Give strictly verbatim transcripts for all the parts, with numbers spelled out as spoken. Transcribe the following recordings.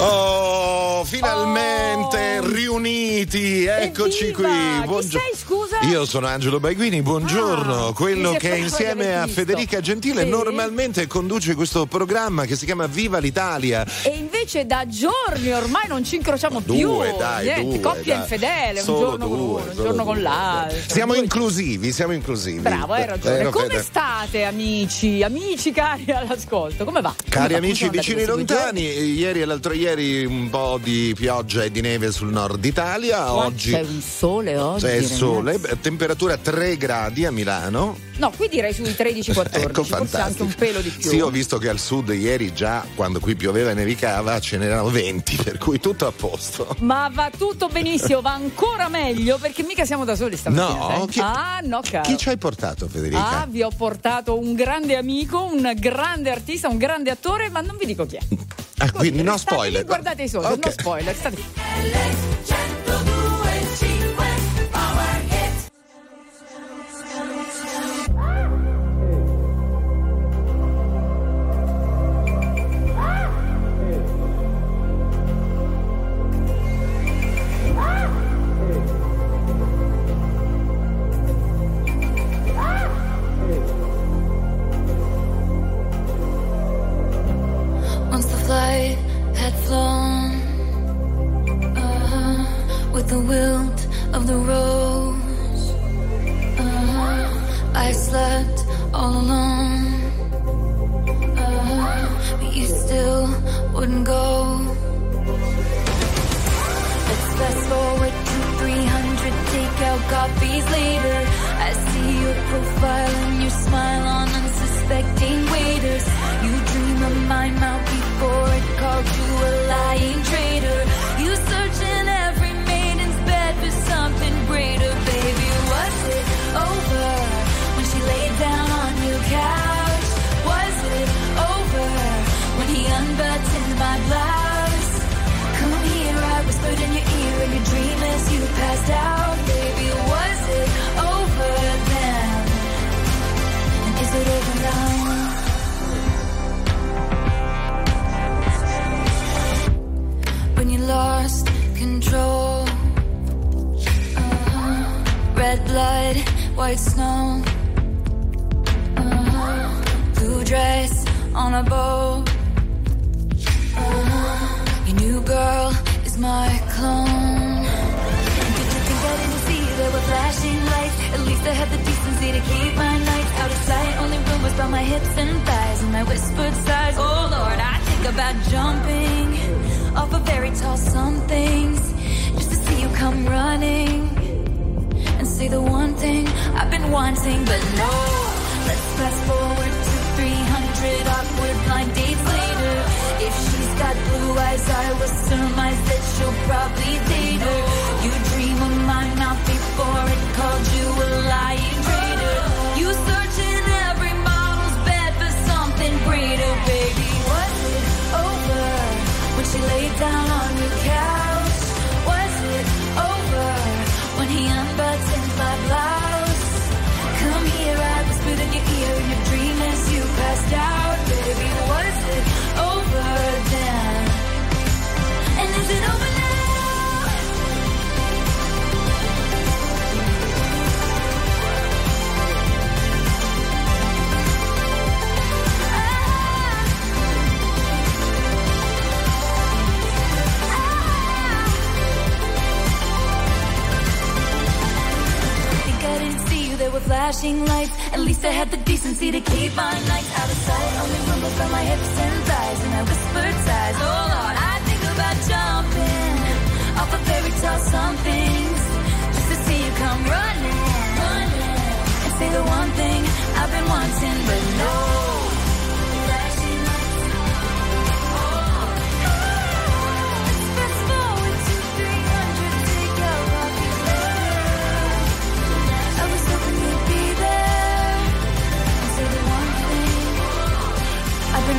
Oh, finalmente oh. riuniti, eccoci Evviva! qui. Buongio- Chi sei, scusa? Io sono Angelo Baiguini, buongiorno. Ah, quello che insieme a Federica Gentile sì. normalmente conduce questo programma che si chiama Viva l'Italia. E invece da giorni ormai non ci incrociamo due, più. Dai, Niente, due, coppia dai. infedele, un Solo giorno due, con uno, un giorno due. con l'altro. Siamo due. inclusivi, siamo inclusivi. Bravo, hai ragione. Eh, Come Fede. state, amici? Amici cari all'ascolto, come va? Cari come va? amici vicini lontani, ieri e l'altro ieri un po' di pioggia e di neve sul nord Italia. Ma oggi c'è un sole oggi. c'è il ragazzi. sole, temperatura tre gradi a Milano. No, qui direi sui tredici quattordici, Ecco, forse fantastico. anche un pelo di più. Sì, ho visto che al sud ieri già, quando qui pioveva e nevicava, ce n'erano venti, per cui tutto a posto. Ma va tutto benissimo, va ancora meglio, perché mica siamo da soli stamattina. No, sai? chi, ah, no, caro. Chi ci hai portato, Federica? Ah, vi ho portato un grande amico, un grande artista, un grande attore, ma non vi dico chi è. Ah, quindi no State spoiler. lì, guardate i social, Okay. no spoiler. State lì. Once the flight had flown, uh-huh, with the wilt of the rose, uh-huh, I slept all alone, uh-huh, but you still wouldn't go. Let's fast forward to three hundred takeout coffees later. I see your profile and your smile on unsuspecting waiters. You dream of my mouth before it called you a lying traitor. You search in every maiden's bed for something greater. Baby, was it over when she laid down on your couch? Was it over when he unbuttoned my blouse? Come here, I whispered in your ear in your dream as you passed out. Baby, was it over then? And is it over now? When you lost control, uh-huh. Red blood, white snow, uh-huh. Blue dress on a boat, uh-huh. Your new girl is my clone. Did you think I didn't see there were flashing lights? At least I had the decency to keep my nights out of sight. Only rumors about my hips and thighs and my whispered sighs. Oh Lord, I think about jumping off of very tall somethings just to see you come running and say the one thing I've been wanting. But no, let's fast forward to three hundred awkward blind dates later. If she's got blue eyes, I will surmise that she'll probably date her. You dream of my mouth before it called you a lying traitor. You search in every model's bed for something greater. Baby, was it over when she laid down on your couch? Was it over when he unbuttoned my blouse? Come here, I whispered in your ear in your dream as you passed out. Baby, was it over then? And is it over now? There were flashing lights. At least I had the decency to keep my nights out of sight. Only rumbles from my hips and thighs and I whispered sighs. Oh Lord, I think about jumping off of fairy tale somethings just to see you come running, running and say the one thing I've been wanting. But no flashing lights. Oh. Let's fast forward to three hundred takeout coffees later. I was hoping you'd be there and say the one thing I've been wanting.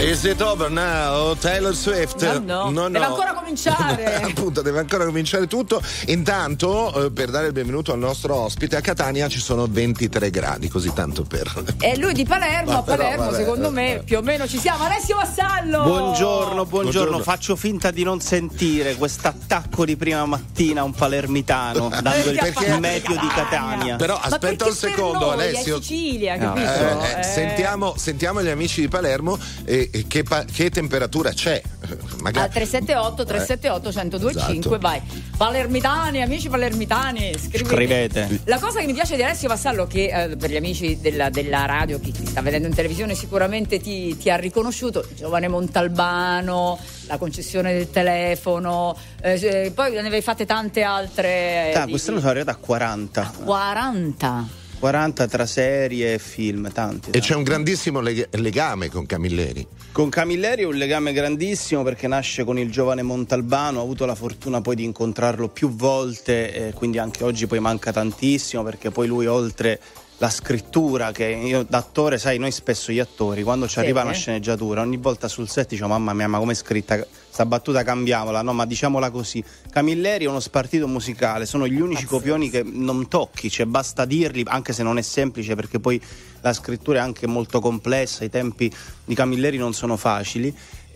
Is it over now? Taylor Swift? No, no, no, deve no. ancora cominciare. Appunto, deve ancora cominciare tutto. Intanto, eh, per dare il benvenuto al nostro ospite, a Catania ci sono ventitré gradi, così tanto per. E lui di Palermo, Ma a Palermo, però, vabbè, secondo me, vabbè. più o meno ci siamo. Alessio Vassallo! Buongiorno, buongiorno, Buongiorno. Faccio finta di non sentire quest'attacco di prima mattina a un palermitano, dando il Perché- meteo di Catania. Però Ma aspetta perché un secondo, per noi Alessio. è Sicilia, No. capito? Eh, eh, Eh. Sentiamo, sentiamo gli amici di Palermo eh, eh, che, pa- che temperatura c'è. Eh, Magari. Al tre sette otto tre sette otto uno zero due cinque, Esatto. vai. Palermitani, amici palermitani, scrivete. Scrivete. La cosa che mi piace di Alessio Vassallo, che eh, per gli amici della, della radio, chi ti sta vedendo in televisione sicuramente ti, ti ha riconosciuto, il giovane Montalbano, la concessione del telefono, eh, poi ne avevi fatte tante altre. Ah, di- quest'anno sono arrivato a quaranta. quaranta. quaranta tra serie e film, tanti. E tanti. c'è un grandissimo leg- legame con Camilleri. Con Camilleri un legame grandissimo perché nasce con il giovane Montalbano, ho avuto la fortuna poi di incontrarlo più volte, e quindi anche oggi poi manca tantissimo perché poi lui, oltre la scrittura, che io da attore, sai, noi spesso gli attori quando ci Sì, arriva eh. una sceneggiatura ogni volta sul set diciamo mamma mia, ma com'è scritta sta battuta, cambiamola, no, ma diciamola così. Camilleri è uno spartito musicale, sono gli unici Pazzesco. copioni che non tocchi, cioè basta dirli, anche se non è semplice perché poi la scrittura è anche molto complessa, i tempi di Camilleri non sono facili.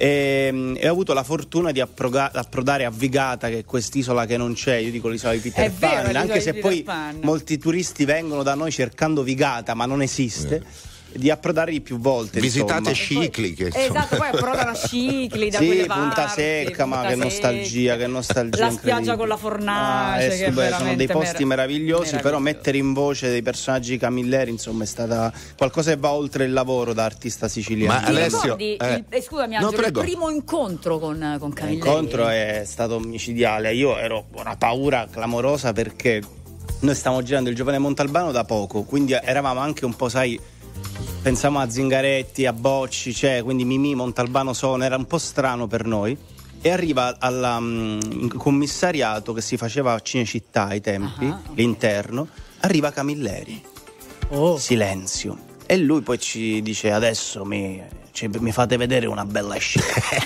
E, e ho avuto la fortuna di approga- approdare a Vigata, che è quest'isola che non c'è, io dico l'isola di Peter È vero, Pan, l'isola anche di se Peter poi Pan. molti turisti vengono da noi cercando Vigata ma non esiste, di approdargli più volte. Visitate insomma. Scicli. Che, Eh, esatto, poi approdano a Scicli da Sì, quelle Punta parti, Secca, ma Punta che Secca. nostalgia, che nostalgia La incredibile. spiaggia con la fornace, Ah, che eh, è sì, beh, sono veramente dei posti mer- meravigliosi, però meraviglioso. mettere in voce dei personaggi di Camilleri, insomma, è stata qualcosa che va oltre il lavoro da artista siciliano. Ma Ti Alessio, ricordi, eh. il- eh, scusami No, Angelo, il prego. primo incontro con, con Camilleri? L'incontro è stato micidiale, io ero una paura clamorosa perché noi stavamo girando il giovane Montalbano da poco, quindi eravamo anche un po', sai, pensavamo a Zingaretti, a Bocci, cioè, quindi Mimì, Montalbano, Sono, era un po' strano per noi. E arriva al um, commissariato che si faceva a Cinecittà ai tempi, Ah, ok. l'interno, arriva Camilleri. Oh. Silenzio. E lui poi ci dice adesso mi, ci- mi fate vedere una bella scena.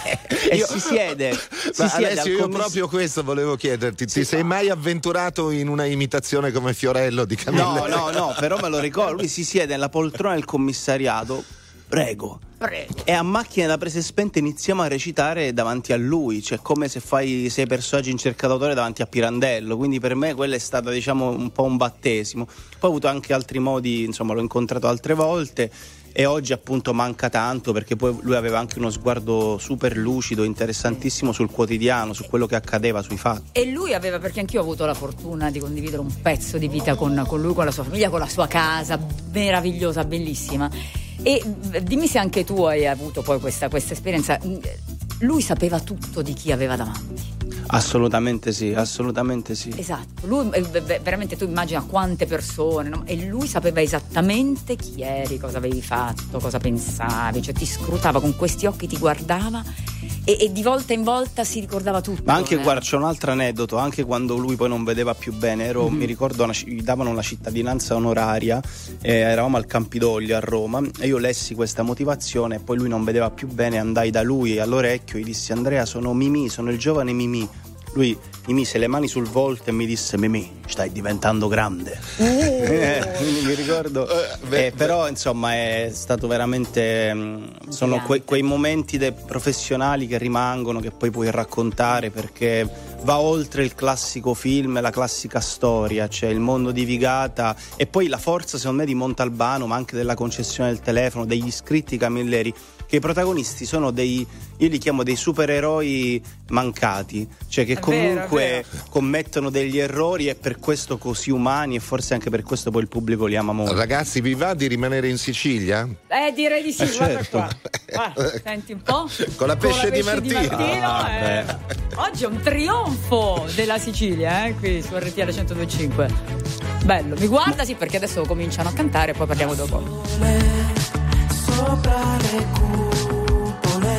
E Io- si siede. Si Ma siede Alessio, al io commiss- proprio questo volevo chiederti: ti sei mai avventurato in una imitazione come Fiorello di Camilleri? No, no, no, però me lo ricordo. Lui si siede nella poltrona del commissariato. Prego. Prego. E a macchina da prese spente iniziamo a recitare davanti a lui, cioè come se fai sei personaggi in cerca d'autore davanti a Pirandello, quindi per me quello è stato, diciamo, un po' un battesimo. Poi ho avuto anche altri modi, insomma, l'ho incontrato altre volte e oggi appunto manca tanto perché poi lui aveva anche uno sguardo super lucido, interessantissimo sul quotidiano, su quello che accadeva, sui fatti. E lui aveva, perché anch'io ho avuto la fortuna di condividere un pezzo di vita con, con lui, con la sua famiglia, con la sua casa meravigliosa, bellissima. E eh, dimmi se anche tu hai avuto poi questa, questa esperienza. Lui sapeva tutto di chi aveva davanti. Assolutamente sì, assolutamente sì. Esatto, lui eh, v- veramente tu immagina quante persone, no? E lui sapeva esattamente chi eri, cosa avevi fatto, cosa pensavi, cioè ti scrutava con questi occhi, ti guardava e, e di volta in volta si ricordava tutto. Ma anche, eh. guarda, c'è un altro aneddoto, anche quando lui poi non vedeva più bene, ero, mi ricordo, una, gli davano la cittadinanza onoraria, eh, eravamo al Campidoglio a Roma e io lessi questa motivazione e poi lui non vedeva più bene, andai da lui all'orecchio, gli dissi: Andrea, sono Mimì, sono il giovane Mimì. Lui mi mise le mani sul volto e mi disse: Mimì, stai diventando grande. Eh, quindi mi ricordo, Eh, beh, eh, però insomma è stato veramente mh, sono Gigante. que- quei momenti de- professionali che rimangono, che poi puoi raccontare perché va oltre il classico film, la classica storia, cioè il mondo di Vigata e poi la forza secondo me di Montalbano, ma anche della concessione del telefono, degli scritti Camilleri, che i protagonisti sono dei, io li chiamo dei supereroi mancati, cioè che È vero, comunque è vero. commettono degli errori e per questo così umani, e forse anche per questo poi il pubblico li ama molto. Ragazzi, vi va di rimanere in Sicilia? Eh, direi di sì, Eh, guarda certo. qua. Guarda, senti un po'. Con la pesce di Martino. Martino, Ah, eh. Oggi è un trionfo della Sicilia, eh, qui su R T L centodue e cinque. Bello, mi guarda, sì, perché adesso cominciano a cantare e poi parliamo dopo. Sopra le cupole,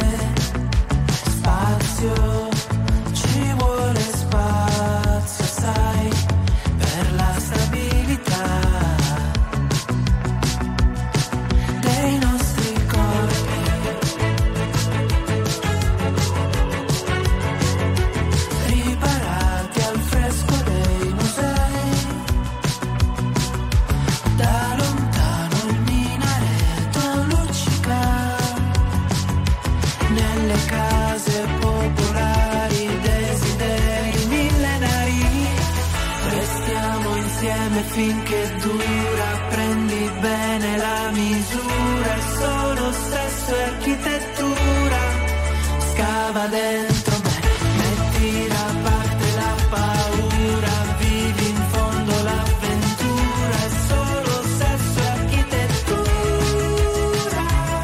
spazio, ci vuole spazio, sai, per la stabilità dei nostri corpi. finché dura, prendi bene la misura, è solo sesso e architettura, scava dentro me, metti da parte la paura, vivi in fondo l'avventura, è solo sesso e architettura.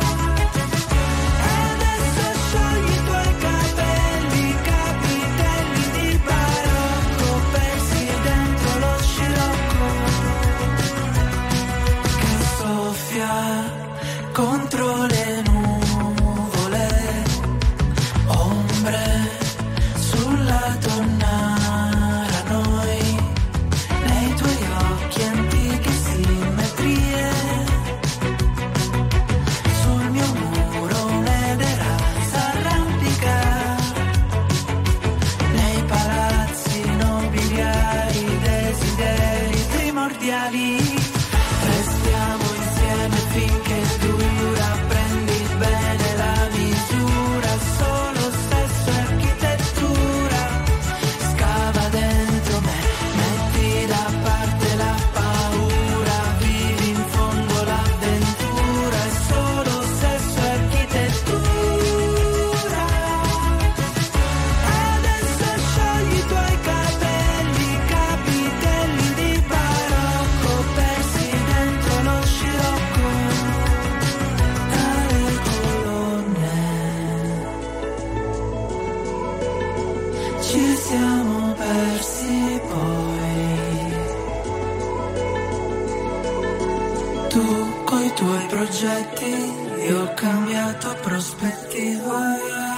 Adesso sciogli i tuoi capelli, capitelli di barocco, persi dentro lo scirocco che soffia contro le nuvole, ombre sulla tonnara, noi nei tuoi occhi antiche simmetrie, sul mio muro un'edera s'arrampica, nei palazzi nobiliari desideri primordiali, restiamo insieme finché dura, prendi bene la misura, solo sesso e architettura, scava dentro me, metti da parte la paura, vivi in fondo l'avventura, è solo sesso e architettura. Adesso sciogli i tuoi capelli, capitelli di barocco, persi dentro lo scirocco dalle colonne. Ci siamo persi poi, tu coi tuoi progetti, io ho cambiato prospettiva.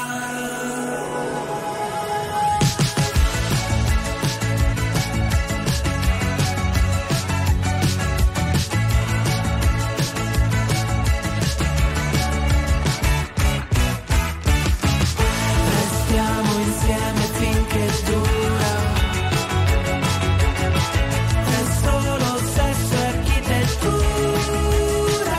Restiamo insieme finché dura, è solo sesso e architettura.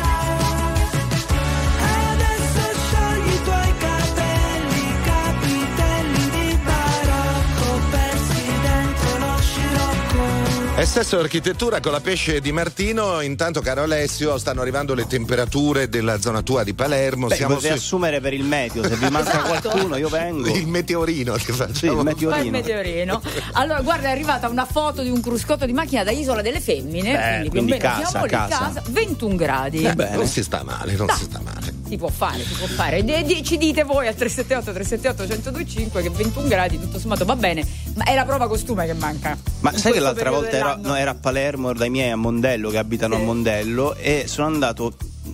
Adesso sciogli i tuoi capelli, capitelli di barocco, persi dentro lo scirocco. E stesso architettura con la pesce di Martino. Intanto, caro Alessio, stanno arrivando le temperature della zona tua di Palermo. Beh, Siamo potete su- assumere per il meteo, se vi manca qualcuno io vengo. il meteorino che Sì, facciamo. il Fa il meteorino. meteorino. Allora, guarda, è arrivata una foto di un cruscotto di macchina da Isola delle Femmine, Beh, quindi più o quindi meno casa, siamo lì, casa. casa, ventuno gradi. Eh, bene. non si sta male, non No. si sta male. Si può fare, si può fare. De- de- ci dite voi al tre sette otto tre sette otto uno zero due cinque che ventuno gradi tutto sommato va bene, ma è la prova costume che manca. Ma in sai che questo l'altra periodo volta era, dell'anno. no, era a Palermo dai miei a Mondello, che abitano Sì. a Mondello, e sono andato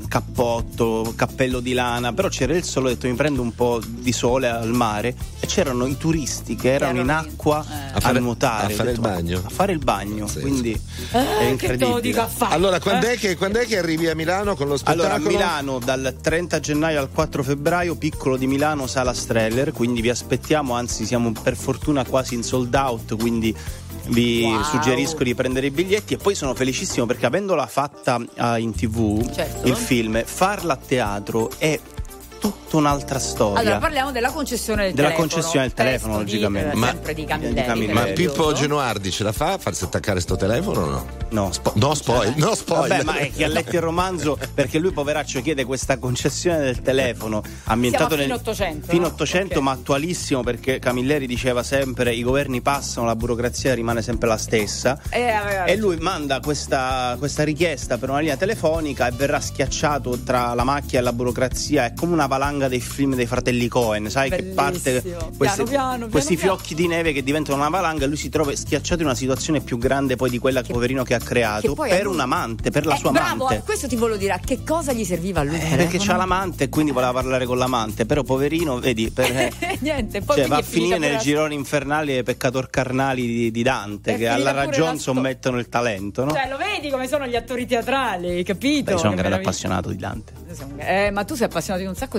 cappotto, cappello di lana, però c'era il sole, ho detto mi prendo un po' di sole al mare, e c'erano i turisti che erano in erano lì. acqua Eh. a, A fare- nuotare. a Ho fare detto, il bagno. A fare il bagno, Sì, quindi Eh, è che incredibile. te lo dico a fare. Allora, quando Eh? è che, quando è che arrivi a Milano con lo spettacolo? Allora, a Milano dal trenta gennaio al quattro febbraio, Piccolo di Milano, Sala Streller, quindi vi aspettiamo, anzi siamo per fortuna quasi in sold out, quindi vi Wow. suggerisco di prendere i biglietti. E poi sono felicissimo perché, avendola fatta eh, in tv, Certo. il film, farla a teatro è tutta un'altra storia. Allora, parliamo della concessione del Della telefono. concessione del telefono, Testo di- logicamente. eh, Ma- sempre di Camilleri. di Camilleri. Ma meraviglioso. Pippo Genoardi ce la fa a farsi attaccare sto telefono o no? No, spo- No, spoil, no spoiler. Vabbè, ma è chi ha letto il romanzo, perché lui poveraccio chiede questa concessione del telefono ambientato Siamo a nel fine Ottocento, fine no? Ottocento, Ok. ma attualissimo, perché Camilleri diceva sempre i governi passano, la burocrazia rimane sempre la stessa. Eh, aveva E lui manda questa, questa richiesta per una linea telefonica e verrà schiacciato tra la macchia e la burocrazia. È come una valanga dei film dei fratelli Coen, sai, che Bellissimo. parte Piano, queste- piano, piano, questi piano. fiocchi di neve che diventano una valanga, e lui si trova schiacciato in una situazione più grande poi di quella che, poverino che ha creato che poi a per lui- un amante, per la Eh, sua bravo, amante. questo ti volevo dire, a che cosa gli serviva a lui? il Eh, perché telefono? c'ha l'amante e quindi voleva parlare con l'amante, però poverino, vedi, per, eh, Niente, poi cioè, quindi va è a finire finita nel pure la- girone infernale dei peccator carnali di, di Dante, È che alla finita pure ragione la sto- sommettono il talento, no? Cioè, lo vedi come sono gli attori teatrali, capito? Beh, sono un Che grande meraviglia. appassionato di Dante. Eh, ma tu sei appassionato di un sacco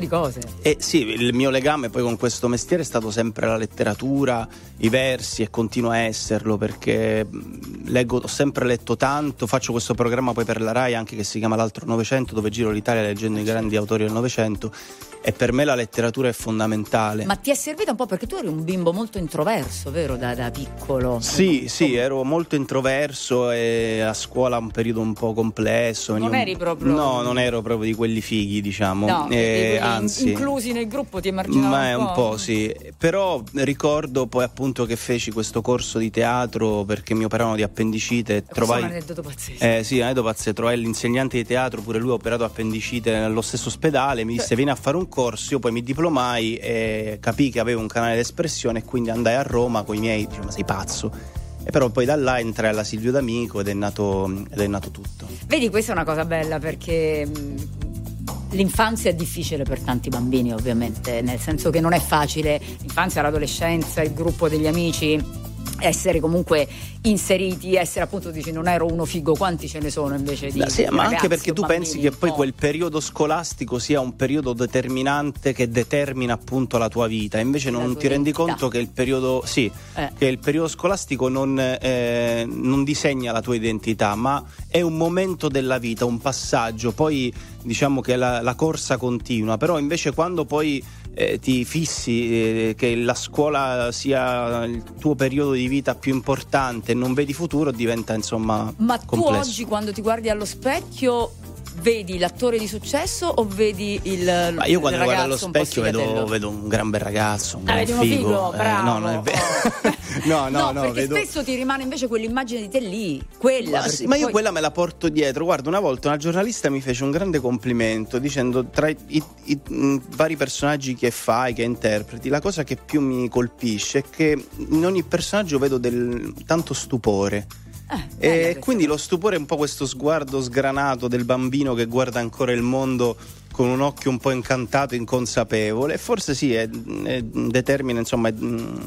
di cose. E sì, il mio legame poi con questo mestiere è stato sempre la letteratura, i versi, e continua a esserlo, perché leggo, ho sempre letto tanto. Faccio questo programma poi per la Rai anche, che si chiama L'Altro Novecento, dove giro l'Italia leggendo i grandi autori del Novecento, e per me la letteratura è fondamentale. Ma ti è servita un po', perché tu eri un bimbo molto introverso, vero, da, da piccolo? Sì, sì, ero molto introverso e a scuola un periodo un po' complesso. Non eri proprio... No, non ero proprio di quelli fighi, diciamo. No, eh, quelli anzi, inclusi nel gruppo ti emarginavano ma è un un po'. po', sì. Però ricordo poi appunto che feci questo corso di teatro perché mi operavano di appendicite. Questo Trovai... è un aneddoto pazzesco. Eh sì, un aneddoto pazzesco. Trovai l'insegnante di teatro, pure lui ha operato appendicite nello stesso ospedale. Mi disse: vieni a fare un corso. Io poi mi diplomai e capii che avevo un canale d'espressione, e quindi andai a Roma con i miei, dicevo: ma sei pazzo? E però poi da là entrai alla Silvio D'Amico ed è nato, ed è nato tutto. Vedi, questa è una cosa bella, perché mh, l'infanzia è difficile per tanti bambini, ovviamente, nel senso che non è facile l'infanzia, l'adolescenza, il gruppo degli amici, essere comunque inseriti, essere appunto, dici, non ero uno figo, quanti ce ne sono invece di, Beh, sì, di ma ragazzi, anche perché tu bambini, pensi che poi no? quel periodo scolastico sia un periodo determinante che determina appunto la tua vita, invece La non tua ti rendi identità. conto che il periodo sì, Eh. che il periodo scolastico non, eh, non disegna la tua identità, ma è un momento della vita, un passaggio. Poi diciamo che la, la corsa continua, però invece quando poi eh, ti fissi eh, che la scuola sia il tuo periodo di vita più importante e non vedi futuro, diventa insomma Ma complesso. tu oggi, quando ti guardi allo specchio, vedi l'attore di successo o vedi il Ma io quando il guardo allo ragazzo un po' specchio vedo, sfigatello? vedo un gran bel ragazzo, un Ah, gran vedi uno figo. figo, Eh, bravo. no, non è vero. no, no, no, perché vedo... spesso ti rimane invece quell'immagine di te lì, quella. Ma, perché sì, ma io poi- quella me la porto dietro. Guarda, una volta una giornalista mi fece un grande complimento dicendo: tra i, i- i- mh, vari personaggi che fai, che interpreti, la cosa che più mi colpisce è che in ogni personaggio vedo del tanto stupore. Eh, bella E questa quindi cosa. lo stupore è un po' questo sguardo sgranato del bambino che guarda ancora il mondo con un occhio un po' incantato, inconsapevole, e forse sì, è, è, determina, insomma, è,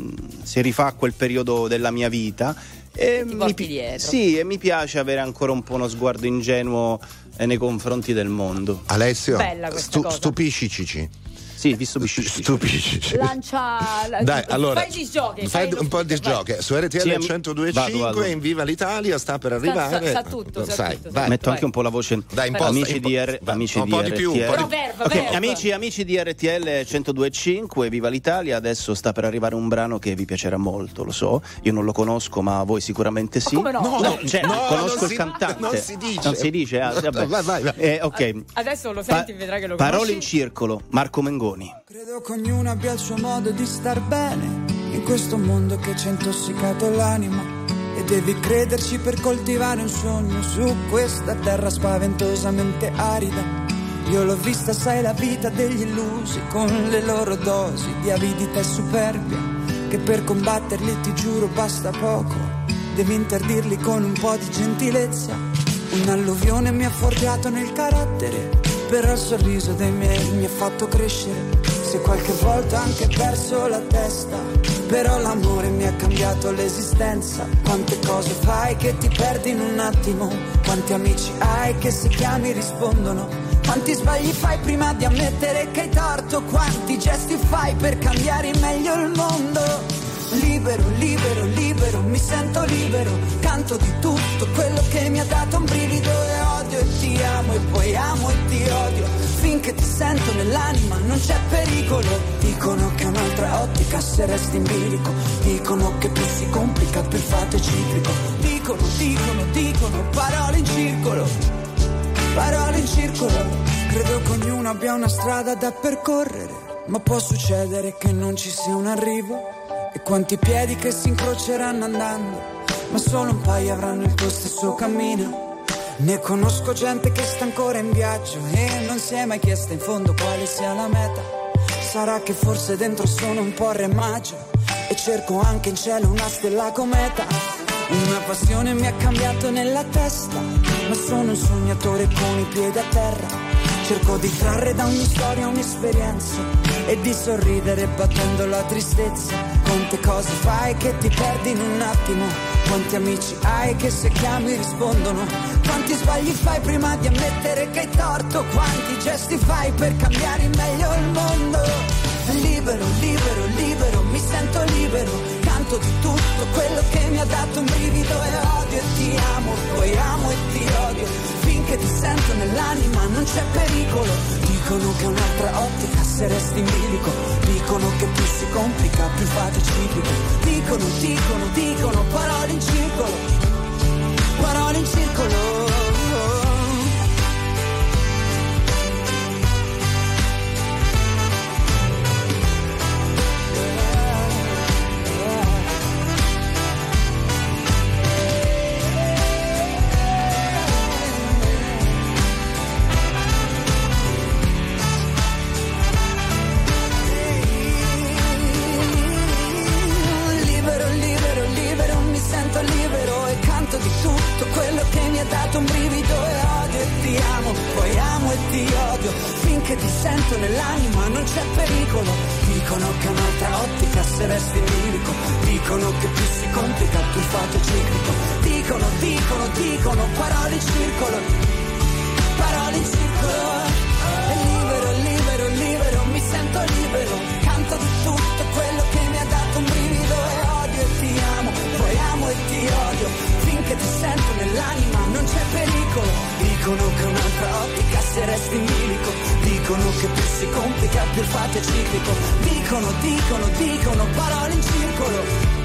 si rifà a quel periodo della mia vita. E ti mi porti pi- dietro. Sì, e mi piace avere ancora un po' uno sguardo ingenuo eh, nei confronti del mondo. Alessio, Bella questa stu- cosa. stupiscici. Sì, visto biscici. Stupiscici. Lancia la- Dai, allora, fai il disjockey, fai fai un po' di vai. giochi. Su R T L Sì, centodue e vado, cinque vado. in Viva l'Italia sta per arrivare. sa tutto, sa Sai, tutto, sa vai. tutto. Metto anche un po' la voce. Dai, imposta, amici impo- di, R- vai, amici un di po' di più, un R T L. po' di- Però verba, Ok, verba. amici, amici di R T L centodue e cinque, Viva l'Italia. Adesso sta per arrivare un brano che vi piacerà molto, lo so. Io non lo conosco, ma voi sicuramente sì. come no? No, No, cioè, no, conosco non il si- cantante. non si dice. Non si dice, ah, vabbè. Vai, vai, vai. Eh, ok. Adesso lo senti e vedrai che lo Parole conosci. in circolo, Marco Mengoni. Credo che ognuno abbia il suo modo di star bene in questo mondo che ci ha intossicato l'anima, e devi crederci per coltivare un sogno su questa terra spaventosamente arida. Io l'ho vista, sai, la vita degli illusi con le loro dosi di avidità e superbia, che per combatterli ti giuro basta poco, devi interdirli con un po' di gentilezza. Un'alluvione mi ha forgiato nel carattere, però il sorriso dei miei mi ha fatto crescere. Se qualche volta ho anche perso la testa, però l'amore mi ha cambiato l'esistenza. Quante cose fai che ti perdi in un attimo, quanti amici hai che se chiami rispondono, quanti sbagli fai prima di ammettere che hai torto, quanti gesti fai per cambiare in meglio il mondo. Libero, libero, libero, mi sento libero, canto di tutto quello che mi ha dato un brivido, e odio e ti amo e poi amo e ti odio, finché ti sento nell'anima non c'è pericolo. Dicono che è un'altra ottica se resti in bilico, dicono che più si complica più il fatto è ciclico, dicono, dicono, dicono, parole in circolo, parole in circolo. Credo che ognuno abbia una strada da percorrere, ma può succedere che non ci sia un arrivo. E quanti piedi che si incroceranno andando, ma solo un paio avranno il tuo stesso cammino. Ne conosco gente che sta ancora in viaggio e non si è mai chiesta in fondo quale sia la meta. Sarà che forse dentro sono un po' re maggio e cerco anche in cielo una stella cometa. Una passione mi ha cambiato nella testa, ma sono un sognatore con i piedi a terra. Cerco di trarre da ogni storia un'esperienza e di sorridere battendo la tristezza. Quante cose fai che ti perdi in un attimo, quanti amici hai che se chiami rispondono, quanti sbagli fai prima di ammettere che hai torto, quanti gesti fai per cambiare in meglio il canto di tutto quello che mi ha dato un brivido e odio e ti amo, poi amo e ti odio, finché ti sento nell'anima non c'è pericolo. Dicono che un'altra ottica se resti in bilico, dicono che più si complica più fate ciclico, dicono, dicono, dicono parole in circolo, parole in circolo. Libero e canto di tutto quello che mi ha dato un brivido e odio e ti amo, poi amo e ti odio, finché ti sento nell'anima non c'è pericolo. Dicono che un'altra ottica se resti in bilico, dicono che più si complica più il fatto ciclico, dicono, dicono, dicono parole in circolo, parole in circolo. E libero, libero, libero, mi sento libero, canto di tutto quello che mi ha dato un brivido e odio e ti amo, poi amo e ti odio, finché ti sento nell'anima non c'è pericolo. Dicono che un'altra ottica se resti in bilico, dicono che più si complica più il fatto è ciclico, dicono, dicono, dicono parole in circolo,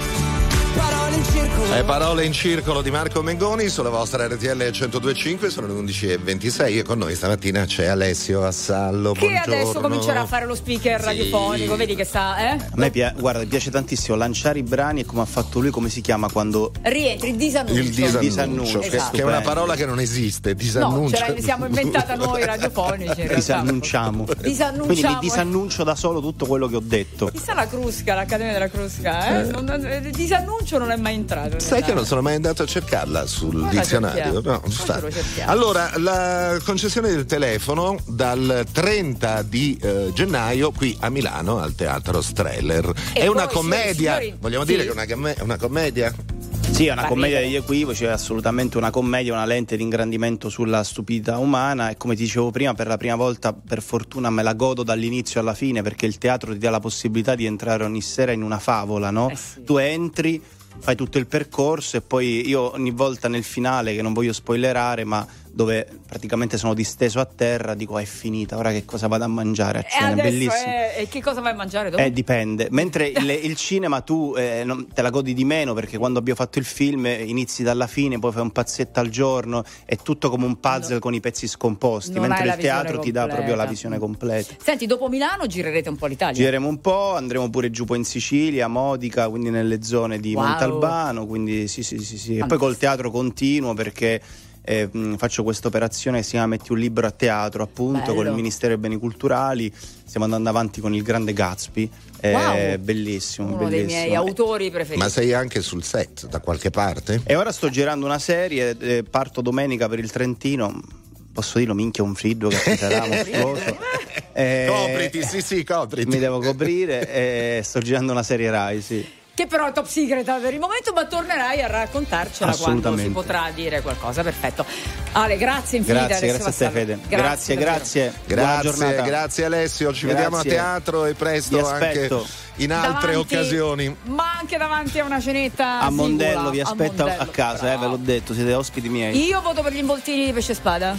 parole in circolo. Le parole in circolo di Marco Mengoni sulla vostra R T L centodue e cinque, sono le undici e ventisei e con noi stamattina c'è Alessio Assallo. Che buongiorno. adesso comincerà a fare lo speaker Sì. radiofonico, vedi che sta, eh? A me pi- guarda, mi piace tantissimo lanciare i brani e come ha fatto lui, come si chiama quando Rientri, il disannuncio. Il disannuncio, disannuncio, che, esatto. che è una parola che non esiste, disannuncio. No, ce la siamo inventata noi radiofonici in realtà. disannunciamo. Disannunciamo. Quindi mi disannuncio da solo tutto quello che ho detto. Chissà la Crusca, l'Accademia della Crusca, eh? Non, il disannuncio non è mai entrato. Sai che non sono mai andato a cercarla sul Ma la dizionario? cerchiamo. No, Ma sta. ce lo cerchiamo. Allora, la concessione del telefono dal trenta di eh, gennaio qui a Milano al Teatro Streller. E è una poi, commedia, signori, vogliamo sì. dire che è una, gamme- una commedia? Sì, è una Fa commedia ridere. degli equivoci, è assolutamente una commedia, una lente di ingrandimento sulla stupidità umana e come ti dicevo prima, per la prima volta per fortuna me la godo dall'inizio alla fine, perché il teatro ti dà la possibilità di entrare ogni sera in una favola, no? Eh sì. Tu entri, fai tutto il percorso e poi io ogni volta nel finale, che non voglio spoilerare, ma dove praticamente sono disteso a terra, dico è finita, ora che cosa vado a mangiare a E cena, è adesso bellissimo. è... E che cosa vai a mangiare dopo? Eh, dipende. Mentre il, il cinema tu eh, non, te la godi di meno, perché quando abbiamo fatto il film eh, inizi dalla fine, poi fai un pezzetto al giorno, è tutto come un puzzle No. con i pezzi scomposti, Non mentre hai la il teatro visione ti dà proprio la completa. visione completa. Senti, dopo Milano girerete un po' l'Italia? Gireremo un po', andremo pure giù poi in Sicilia, Modica, quindi nelle zone di Wow. Montalbano, quindi sì sì sì sì. E poi Fantastico. col teatro continuo perché eh, mh, faccio questa operazione che si chiama Metti un libro a teatro, appunto, Bello. con il Ministero dei Beni Culturali. Stiamo andando avanti con il Grande Gatsby. È Wow. bellissimo, Uno bellissimo. dei miei autori preferiti. Ma sei anche sul set da qualche parte? E ora sto girando una serie, eh, parto domenica per il Trentino. Posso dirlo, minchia, un freddo che ci sarà mostruoso. Eh, Copriti, sì sì, copriti. Mi devo coprire e sto girando una serie Rai, sì. Che però è top secret per il momento, ma tornerai a raccontarcela quando si Assolutamente. potrà dire qualcosa. Perfetto. Ale, grazie infinite. Grazie, Alessio grazie a te, Vassallo. Fede. Grazie, davvero. grazie. Buona Grazie, giornata. grazie Alessio, ci Grazie. vediamo a teatro e presto Vi anche aspetto. in altre Davanti- occasioni. Ma anche davanti a una cenetta A sicula. Mondello, vi A aspetto a, Mondello. casa, eh, ve l'ho detto, siete ospiti miei. Io voto per gli involtini di pesce spada.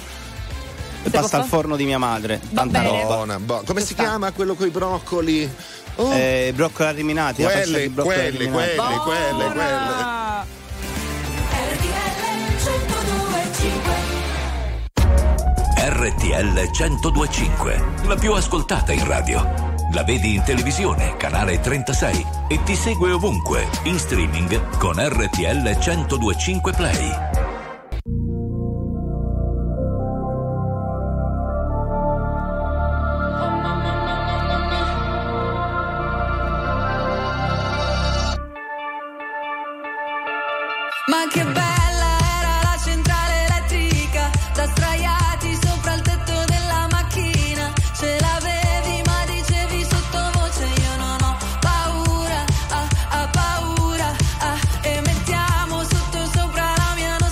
Se Pasta al posso? forno di mia madre, tanta bene. roba. Buona, buona. Come Ci si sta. chiama quello con i broccoli? Oh, Eh, broccoli arriminati, la faccia di quelli, broccoli quelli, arriminati. quelli, quelle, quelle. Buona! R T L centodue e cinque, la più ascoltata in radio. La vedi in televisione, canale trentasei e ti segue ovunque, in streaming con R T L centodue e cinque Play. Ma che bella era la centrale elettrica, da sdraiati sopra il tetto della macchina. Ce l'avevi ma dicevi sottovoce io non ho paura, ah, ah, paura, ah. E mettiamo sotto sopra la mia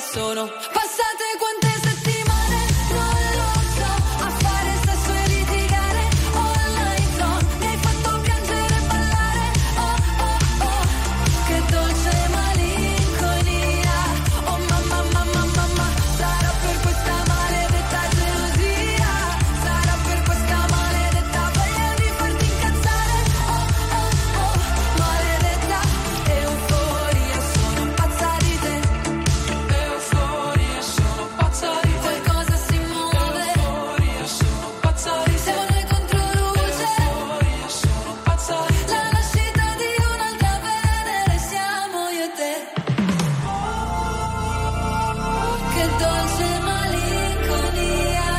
sono passate quante settimane, non lo so, a fare sesso e litigare online zone, mi hai fatto piangere e ballare, oh oh oh, che dolce malinconia, oh mamma mamma mamma, sarà per questa maledetta gelosia, sarà per questa maledetta voglia di farti incazzare, oh oh oh, maledetta euforia, sono pazza di te, euforia, sono pazza di te, qualcosa si muove, euforia, sono pazza di te, siamo noi contro luce, euforia, sono pazza di te, la nascita di un'altra Venere, siamo io e te, che dolce malinconia,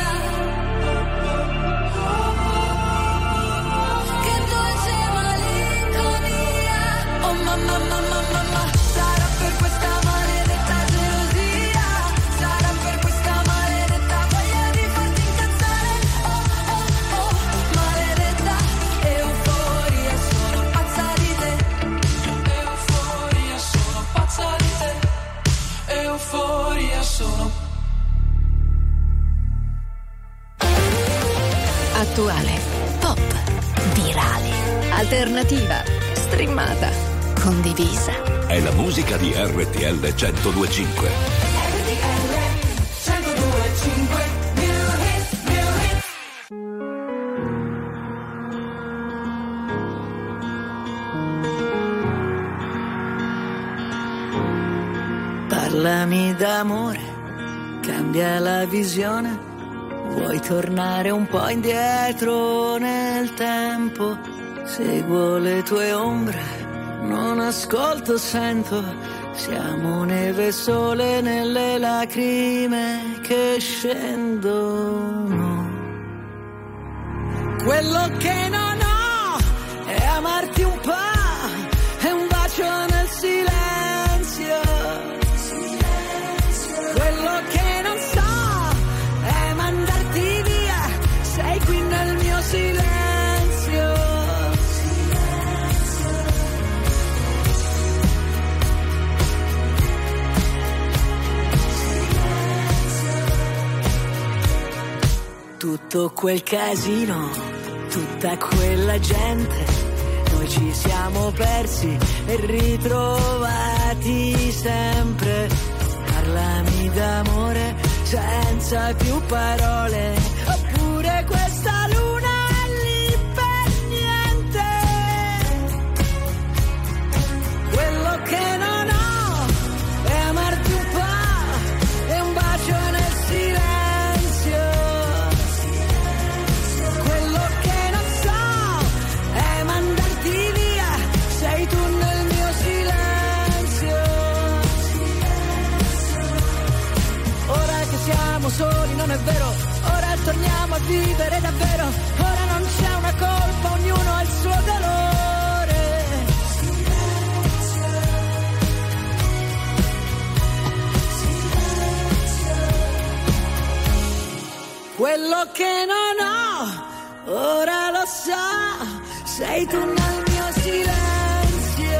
che dolce malinconia, oh mamma mamma mamma, sarà per questa maledetta gelosia, sarà per questa maledetta voglia di farti incazzare, oh oh oh, maledetta euforia, sono pazza di te, euforia, sono pazza di te, euforia, sono Attuale, pop, virale, alternativa, streamata, condivisa. È la musica di R T L centodue e cinque. Parlami d'amore, cambia la visione. Vuoi tornare un po' indietro nel tempo? Seguo le tue ombre, non ascolto, sento. Siamo neve e sole nelle lacrime che scendono. Quello che non ho è amarti un po', è un bacio nel silenzio. Quello che non so è mandarti via, sei qui nel mio silenzio. Tutto quel casino, tutta quella gente, noi ci siamo persi e ritrovati sempre. Parlami d'amore senza più parole, oppure questa luna è lì per niente. Quello che non ho è amarti un po', è un bacio nel silenzio. Quello che non so è mandarti via, sei tu nel mio silenzio. Ora che siamo soli non è vero, ora torniamo a vivere davvero, ora non c'è una colpa, ognuno ha il suo dolore. Quello che non ho, ora lo so, sei tu nel mio silenzio.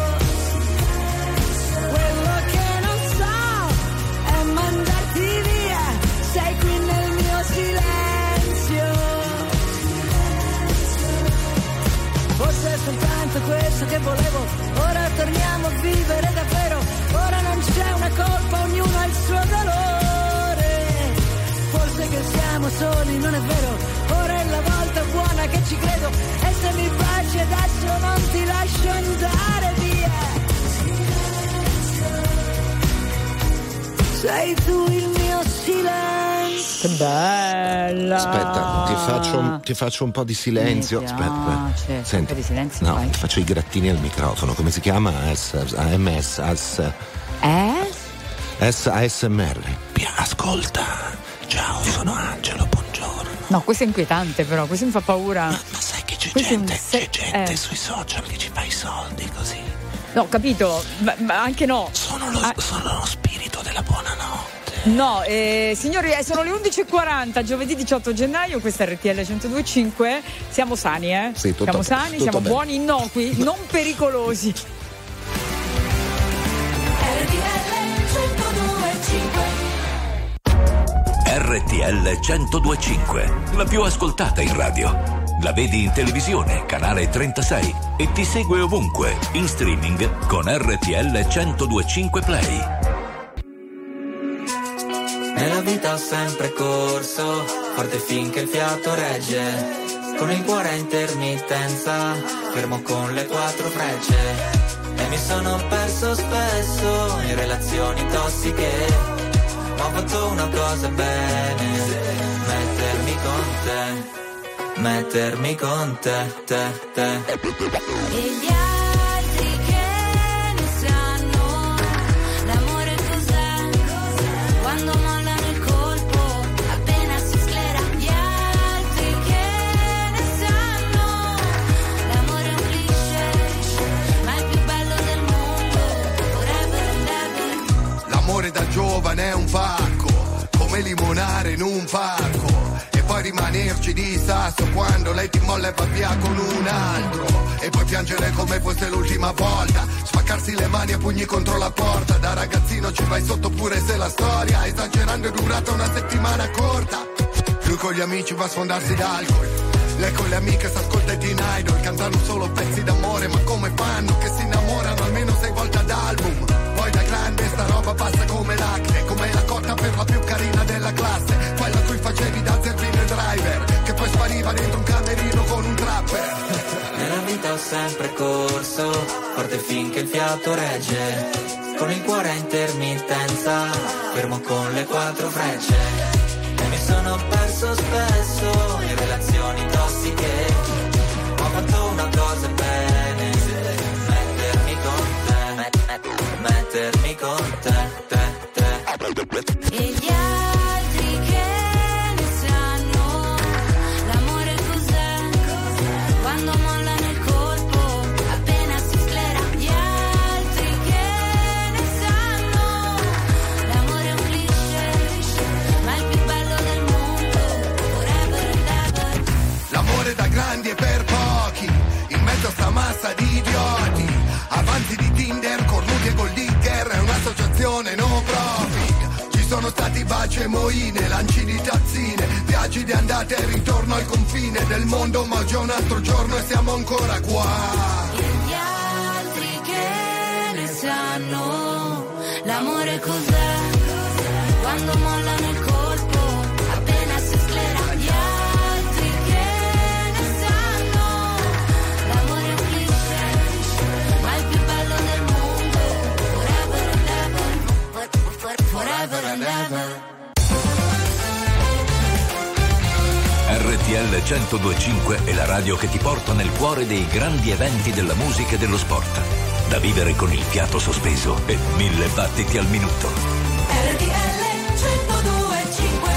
Quello che non so è mandarti via, sei qui nel mio silenzio. Forse è soltanto questo che volevo, ora torniamo a vivere davvero, ora non c'è una colpa, ognuno ha il suo dolore. Forse che siamo soli, non è vero, ora è la volta buona che ci credo, e se mi baci adesso non ti lascio andare via. Sei tu il mio silenzio. Che bella! Aspetta, ti faccio, ti faccio un po' di silenzio. Mi Aspetta, piace. senti. Un po' di silenzio, no, vai. ti faccio i grattini al microfono. Come si chiama? S, A M S, AS, Eh? S, A S M R. Pia, ascolta. Ciao, sono Angelo, buongiorno. No, questo è inquietante però, questo mi fa paura. Ma, ma sai che c'è Questo è un gente, se- c'è gente eh. sui social che ci fa i soldi così. No, capito, ma, ma anche no. Sono lo, Ah. sono lo spirito della buonanotte. No, eh, signori, eh, sono le undici e quaranta, giovedì diciotto gennaio, questa è R T L centodue e cinque. Siamo sani, eh? Sì, tutto, siamo sani, tutto siamo bene. buoni, innocui, non pericolosi. R T L centodue e cinque. R T L centodue e cinque, la più ascoltata in radio. La vedi in televisione, canale trentasei, e ti segue ovunque, in streaming con R T L centodue e cinque Play. Nella vita ho sempre corso, forte finché il fiato regge, con il cuore a intermittenza, fermo con le quattro frecce. E mi sono perso spesso in relazioni tossiche, ma ho fatto una cosa bene, mettermi con te. Mettermi con te, te, te. E gli altri che ne sanno, l'amore cos'è, quando mollano il colpo, appena si sclera. Gli altri che ne sanno, l'amore è un cliché, ma è il più bello del mondo, forever and ever. L'amore da giovane è un pacco, come limonare in un parco, poi rimanerci di sasso quando lei ti molla e va via con un altro, e poi piangere come fosse l'ultima volta, spaccarsi le mani a pugni contro la porta. Da ragazzino ci vai sotto pure se la storia esagerando è durata una settimana corta. Lui con gli amici va a sfondarsi d'alcol, lei con le amiche s'ascolta i Teen Idol, cantano solo pezzi d'amore, ma come fanno che si innamorano almeno sei volte ad album. Poi da grande sta roba passa come l'acne, come la cotta per la più carina della classe, quella a cui facevi da zerbino e driver, che poi spariva dentro un camerino con un trapper. Nella vita ho sempre corso, forte finché il fiato regge, con il cuore a intermittenza, fermo con le quattro frecce. E mi sono perso spesso in relazioni tossiche, ho fatto una cosa bene, mettermi con te, mettermi con te, te, te. E gli altri che ne sanno, l'amore cos'è, quando mollano il colpo, appena si sclera. Gli altri che ne sanno, l'amore è un cliché, ma è il più bello del mondo, forever and ever. L'amore da grandi e per pochi, in mezzo a sta massa di idioti, avanti di Tinder, cornuti e gold digger, è un'associazione no profit. Ci sono stati baci e moine, lanci di tazzine, viaggi di andata e ritorno al confine del mondo, ma oggi è un altro giorno e siamo ancora qua. E gli altri che ne sanno, l'amore cos'è, quando mollano il colpo, appena si sclera. Gli altri che ne sanno, l'amore è un cliché, ma è il più bello del mondo, forever and ever, forever and ever. R T L centodue e cinque è la radio che ti porta nel cuore dei grandi eventi della musica e dello sport. Da vivere con il fiato sospeso e mille battiti al minuto. R T L centodue e cinque.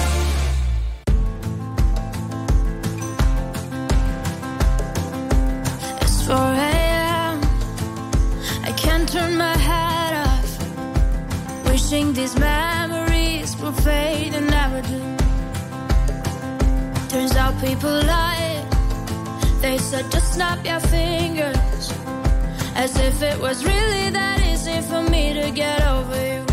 It's four a.m. I can't turn my head off, wishing these memories will fade and never do. Turns out people lie. They said just snap your fingers, as if it was really that easy for me to get over you.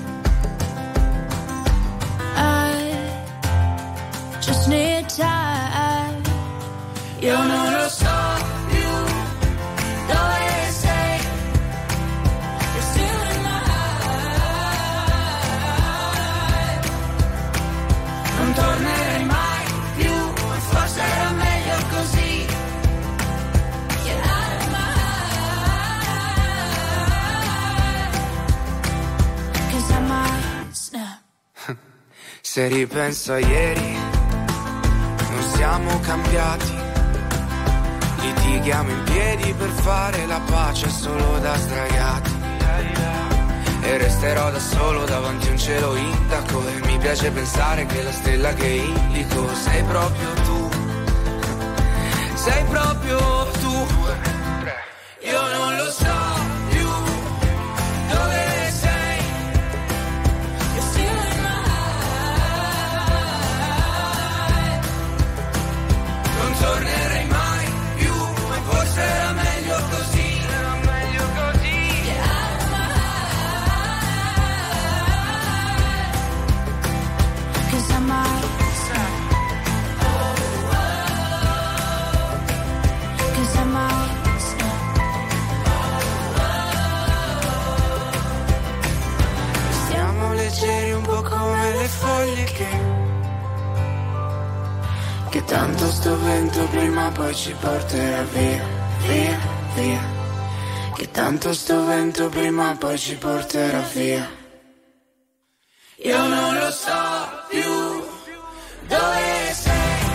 I just need time. Io non lo so più dove sei. You're still in my heart. Non tornerai mai più, forse era meglio così. Get out of my heart, 'cause I might snap. Se ripenso a ieri, non siamo cambiati. Litighiamo in piedi per fare la pace solo da sdraiati. E resterò da solo davanti a un cielo intaco, e mi piace pensare che la stella che indico sei proprio tu. Sei proprio tu. Io non lo so più dove sei. You're still in my heart. Non tornerai mai più, ma forse era meglio così. Era meglio così. Get out of my heart, 'cause I might foglie che Che tanto sto vento prima o poi ci porterà via, via, via. Che tanto sto vento prima o poi ci porterà via. Io non lo so più dove sei.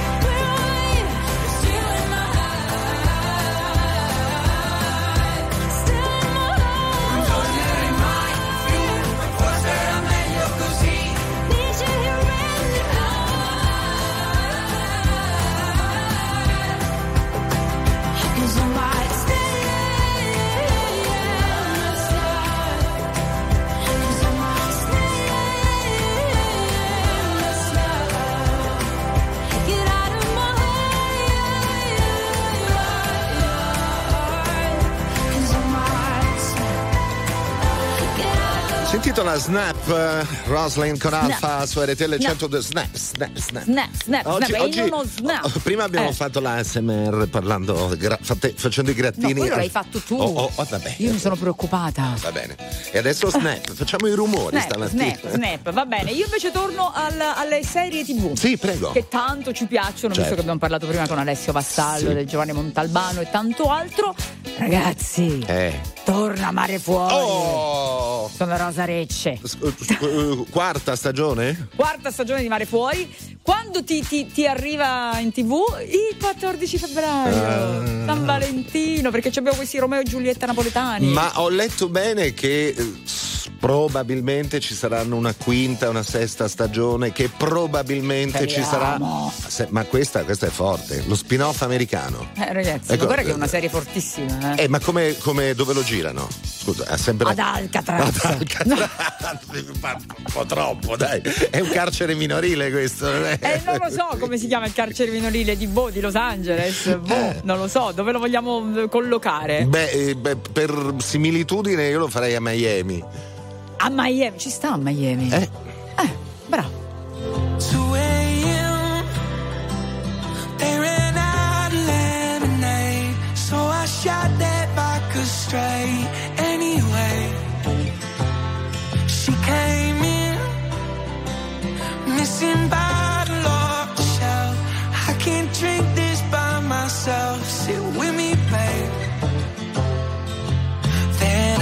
Si intitola Snap, uh, Roslyn con Alfa su R T L centodue. Snap, snap, snap. Snap, snap, Oggi, snap. oggi, Io non snap. oh, prima abbiamo Eh. fatto la A S M R parlando, gra- fate- facendo i grattini. No, quello l'hai fatto tu. Oh, oh, oh, vabbè. Io mi sono preoccupata. Va bene. E adesso snap, facciamo i rumori Snap, stamattina. snap, snap, va bene. Io invece torno al- alle serie tivù. Sì, prego. Che tanto ci piacciono, Certo. visto che abbiamo parlato prima con Alessio Vassallo, Sì. del Giovanni Montalbano e tanto altro. Ragazzi, Eh. torna Mare Fuori. Oh! Sono Rosa Recce. S- uh, Quarta stagione? Quarta stagione di Mare Fuori. Quando ti, ti- ti arriva in tivù? Il quattordici febbraio. Ah. San Valentino, perché ci abbiamo questi Romeo e Giulietta napoletani. Ma ho letto bene che eh, s- probabilmente ci saranno una quinta, una sesta stagione, che probabilmente ci sarà. Speriamo. Se- ma questa, questa è forte, lo spin-off americano. Eh, ragazzi, Ecco, ma guarda che è eh, una serie fortissima. Eh. Eh, ma come, come dove lo girano? Scusa, è sempre Ad Alcatraz. Ad Alcatraz. Ma un po' troppo, dai. È un carcere minorile questo. non è? Eh, non lo so come si chiama il carcere minorile di, boh, di Los Angeles. Boh, non lo so, dove lo vogliamo eh, collocare? Beh, eh, beh, per similitudine io lo farei a Miami. A Miami, ci sta a Miami. Eh? Eh, bravo. two a.m. They ran out of lemonade, so I shot that vodka straight. Anyway, she came in, missing bottle off the shelf. I can't drink this by myself. Sit with me, babe. Then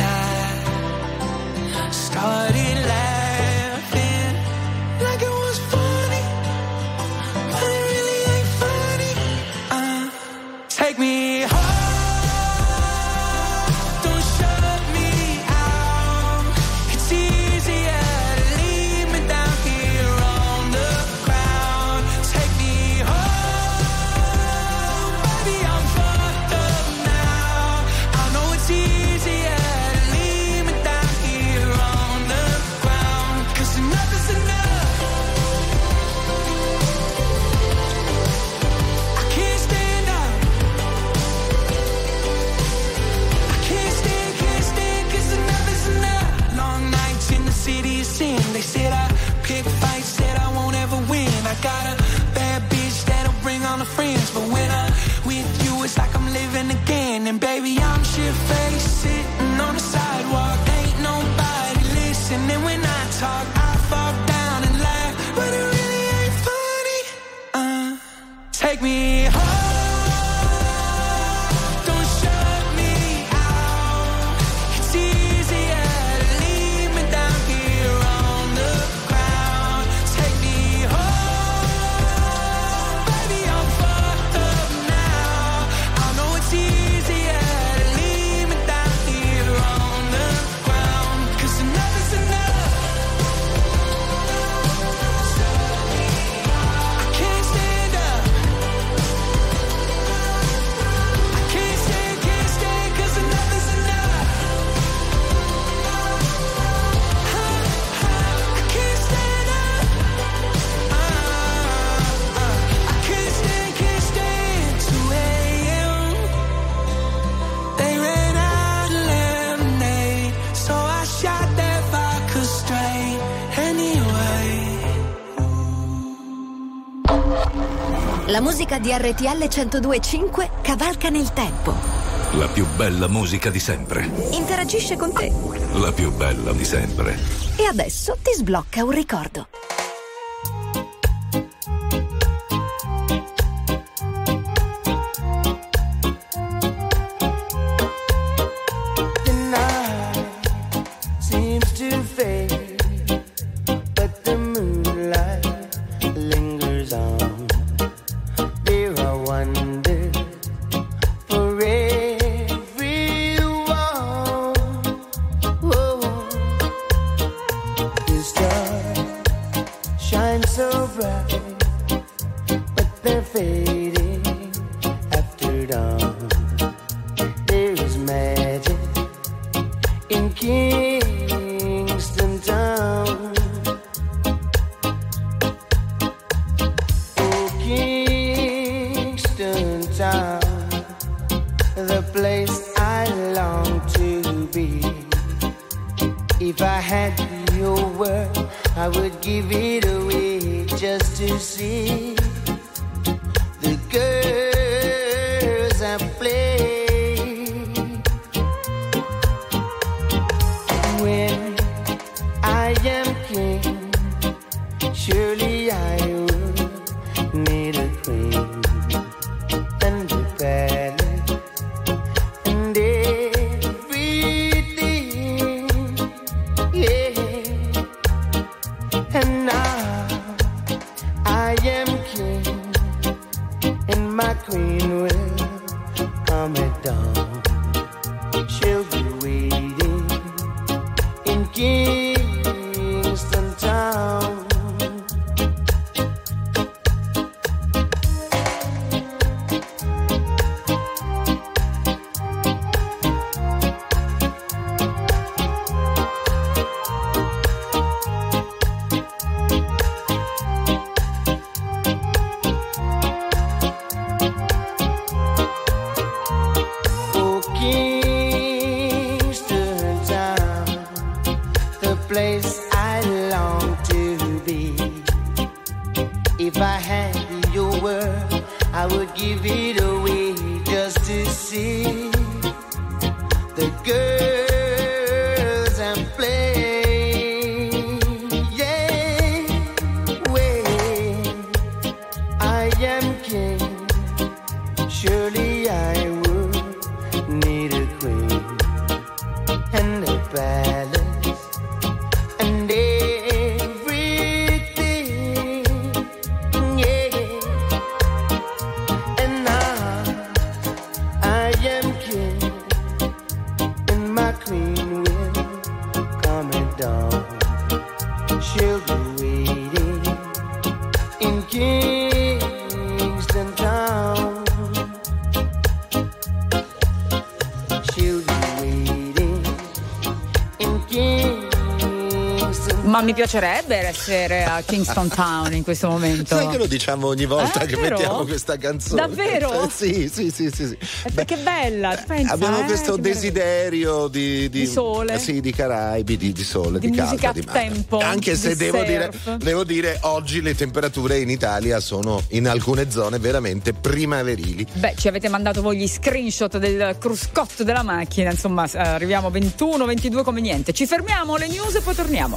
I started laughing like it was funny, but it really ain't funny. Uh, take me home, don't shut me out. It's easier to leave me down here on the ground. Take me home, baby, I'm fucked up now. I know it's easier to leave me down here on the ground, 'cause enough is enough. I can't stand up. I can't stand, can't stand, 'cause enough is enough. Long nights in the city of sin. They said I pick fights, said I won't ever win. I got a bad bitch that'll bring all the friends, but when I'm with you, it's like I'm living again. And baby, I'm shit-faced, sitting on the sidewalk. Ain't nobody listening when I talk. I fall down and laugh, but it really ain't funny. Uh, take me home, don't shut me out. It's easier to leave me down here on the ground. Take me home, baby, I'm fucked up now. I know it's easier to leave me down here on the ground, 'cause enough is enough. I can't stand up. I can't stand, can't stand, 'cause enough is enough. I can't stand up. Uh, uh, I can't stand, can't stand. two a.m. They ran out of lemonade, so I shot that vodka straight. Anyway. La musica di R T L centodue e cinque cavalca nel tempo. La più bella musica di sempre. Interagisce con te. La più bella di sempre. E adesso ti sblocca un ricordo. Kingston Town. Oh, Kingston Town, the place I long to be. If I had your word, I would give it away just to see the girls I play. When I am king, surely I would need a queen and a palace and everything, yeah. And now I am king, and my queen will come at dawn. She'll be waiting in Kingston Town. Oh, Kingston Town, the place I long to be. If I had your word, I would give it away just to see the girls and play. Yeah, when I am king, surely I would need a queen and a palace and everything, yeah. And now I am king, and my queen will come at dawn. She'll be waiting in Kingston Town. She'll be waiting in Kingston. Ma mi piacerebbe essere a Kingston Town in questo momento. Sai che lo diciamo ogni volta Eh, che vero? mettiamo questa canzone? Davvero? Sì, sì, sì, sì, sì. Eh, Perché è bella, pensa, Abbiamo eh, questo che desiderio di, Di sole. sì, di Caraibi, di, di sole, Di di, musica calma, di a mare. tempo, Anche se di devo dire, surf. devo dire, oggi le temperature in Italia sono in alcune zone veramente primaverili. Beh, ci avete mandato voi gli screenshot del cruscotto della macchina, insomma, eh, arriviamo ventuno ventidue come niente. Ci fermiamo, le news e poi torniamo.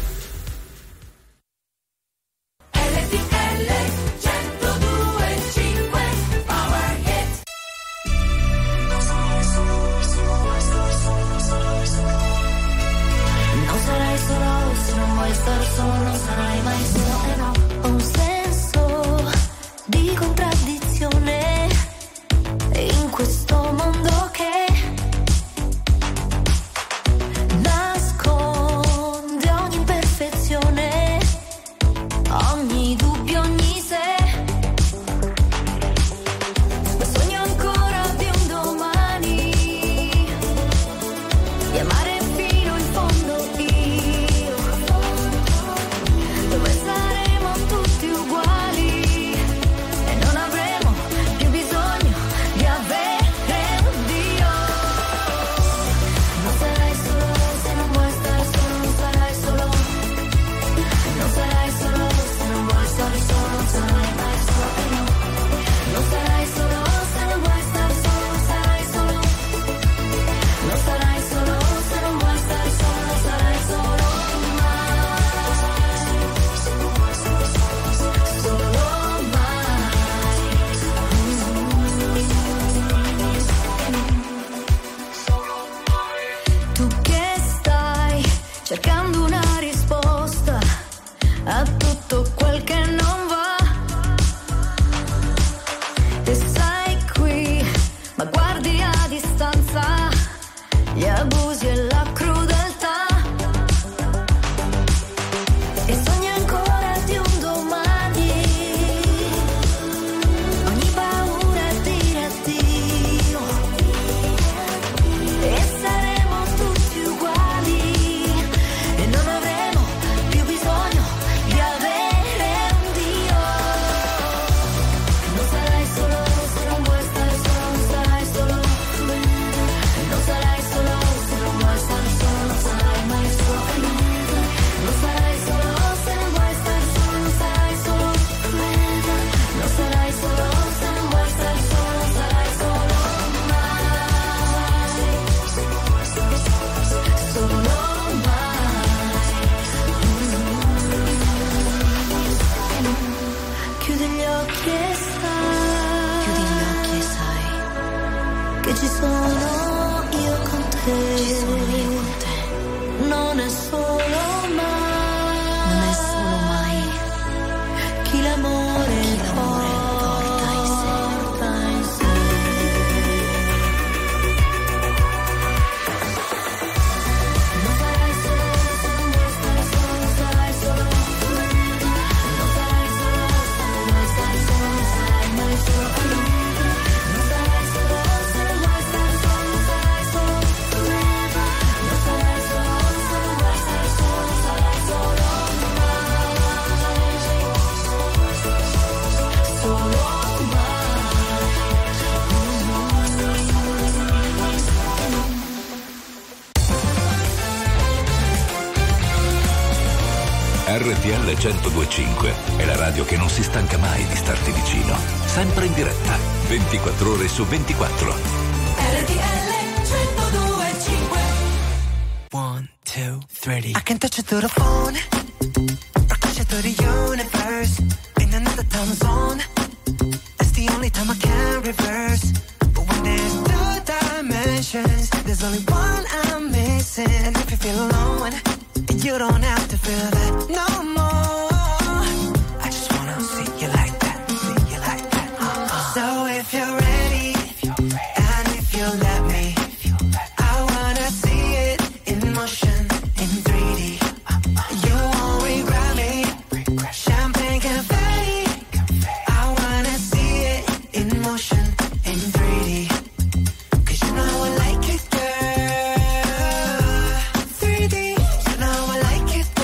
Non sarai solo se non vuoi star solo, non sarai mai solo, eh no. Ho un senso di contraddizione in questo mondo che nasconde ogni imperfezione, ogni dubbio, ogni se. Ma sogno ancora di un domani, di amare fino in fondo io, dove saremo tutti uguali e non avremo più bisogno di avere un Dio. Non sarai solo se non vuoi stare solo, non sarai solo, non sarai solo se non vuoi stare solo, non sarai mai solo, eh no. Non sarai solo se non vuoi stare solo, non sarai solo, non sarai solo se non vuoi stare solo, non sarai solo mai, solo mai. Tu che stai cercando una risposta a tutto quel che non va, e sei qui ma guardi a distanza gli abusi e la crudeltà, e sogni ancora di un domani, ogni paura è dire addio, e saremo tutti uguali non è solo mai, non è solo mai chi l'amore, chi l'amore porta in sé, porta in sé. Non sarai solo se non vuoi stare solo, sarai solo tu. Non sarai solo se non vuoi stare solo, sarai mai solo tu. Non sarai solo se non vuoi stare solo, sarai solo tu. Non sarai solo se non vuoi stare solo, sarai solo R T L centodue e cinque è la radio che non si stanca mai di starti vicino, sempre in diretta, ventiquattro ore su ventiquattro. R T L centodue e cinque. One, two, three. I can touch it through the phone, or touch it through the universe. In another time zone, that's the only time I can reverse. But when there's two dimensions, there's only one I'm missing. And if you feel alone, you don't have to feel that no more. I just wanna see you like that, see you like that. Uh-uh. So if you're ready, if you're ready, and if you let me, if you let me, I wanna see it in motion, in three D. Uh-uh. You won't regret me, regret. Champagne confetti. confetti. I wanna see it in motion, in three D. Cause you know I like it, girl. three D. You know I like it,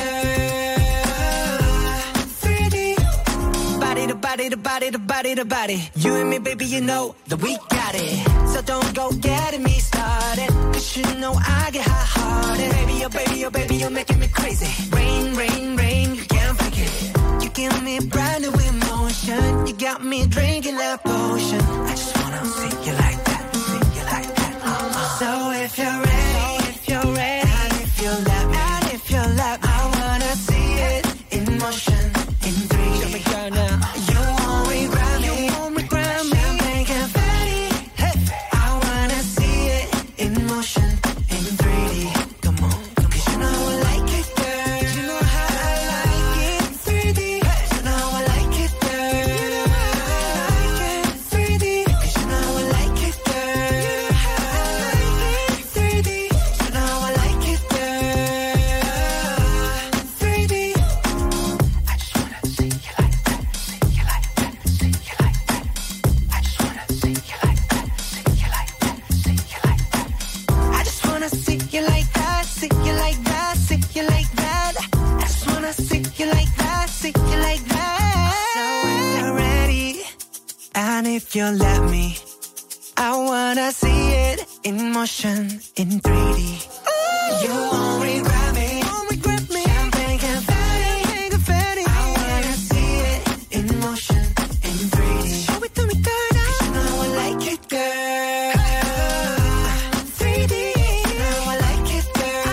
girl. three D. Body to body to body to body to body. You and me, baby, you know that we got it. So don't go getting me started. Cause you know I get hot-hearted. Baby, oh baby, oh baby, you're making me crazy. Rain, rain, rain, you can't fake it. You give me brand new emotion. You got me drinking that potion. I just wanna see you like that, see you like that. Uh-uh. So if you're ready, if you're ready, and if you let me, and if you let me, I wanna see it in motion, in three D. Show me girl now. You won't regret me, you won't regret me. Champagne confetti. Hey. I wanna see it in motion, in three D. Come on, come on. Cause you know I like it, girl. You know how I like it, three D. Hey. You know I like it, girl. You know how I like it, three D. Cause you know I like it, girl. You know how I like it, three D. You know I like it, girl. three D. I just wanna see you like that, see you like that, see you like that. I just wanna see you like that, see you like that, see you like that. I just wanna see you like that, see you like that, see you like that. I just wanna see you like that, see you like that. So if you're ready, and if you let me, I wanna see it in motion, in three D. You won't regret me, won't regret me. Champagne confetti, confetti. I wanna see it in motion, in three D. Show it to me, girl. 'Cause you know I like it, girl. three D. You know I like it, girl.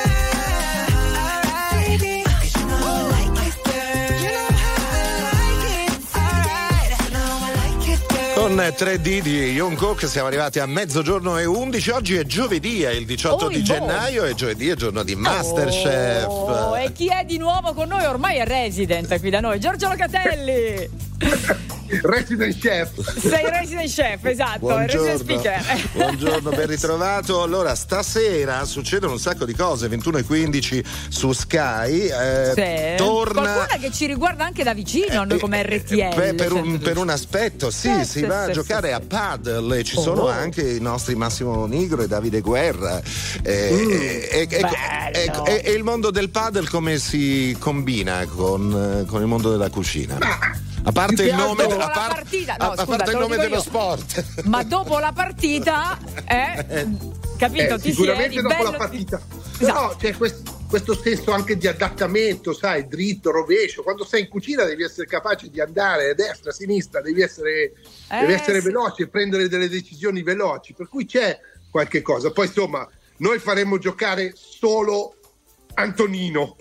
Alright. three D. 'Cause you know I like it, girl. You know how I like it. Alright. You know I like it, girl. Con tre D di Jungkook siamo arrivati a mezzogiorno e undici. Oggi è giovedì, è il diciotto Oh, di boh. gennaio e giovedì è giorno di Masterchef. Oh, e chi è di nuovo con noi? Ormai è resident qui da noi, Giorgio Locatelli. Resident Chef. Sei resident chef, esatto, è resident speaker. Buongiorno, ben ritrovato. Allora, stasera succedono un sacco di cose, ventuno e quindici su Sky. Eh, Sì. Torna. Qualcuna che ci riguarda anche da vicino, a noi come R T L. Beh, per, un, per un aspetto, sì, Sì, si sì, va sì, a giocare sì, a sì. paddle e ci Oh. sono anche i nostri Massimo Nigro e Davide Guerra. Eh, Mm, e, e- e- bello. e- e il mondo del paddle come si combina con, eh, con il mondo della cucina? A parte più il che nome, altro- de- a Dopo la par- partita- a- no, a scusa, parte te il lo nome dico dello io. sport. Ma dopo la partita, eh, capito? Eh, Ti sicuramente siedi, dopo bello, la partita. ti- Però Esatto. c'è questo, questo senso anche di adattamento, sai, dritto, rovescio. Quando sei in cucina devi essere capace di andare a destra, a sinistra, devi essere, Eh, devi essere sì. veloce e prendere delle decisioni veloci. Per cui c'è qualche cosa. Poi insomma, noi faremo giocare solo Antonino.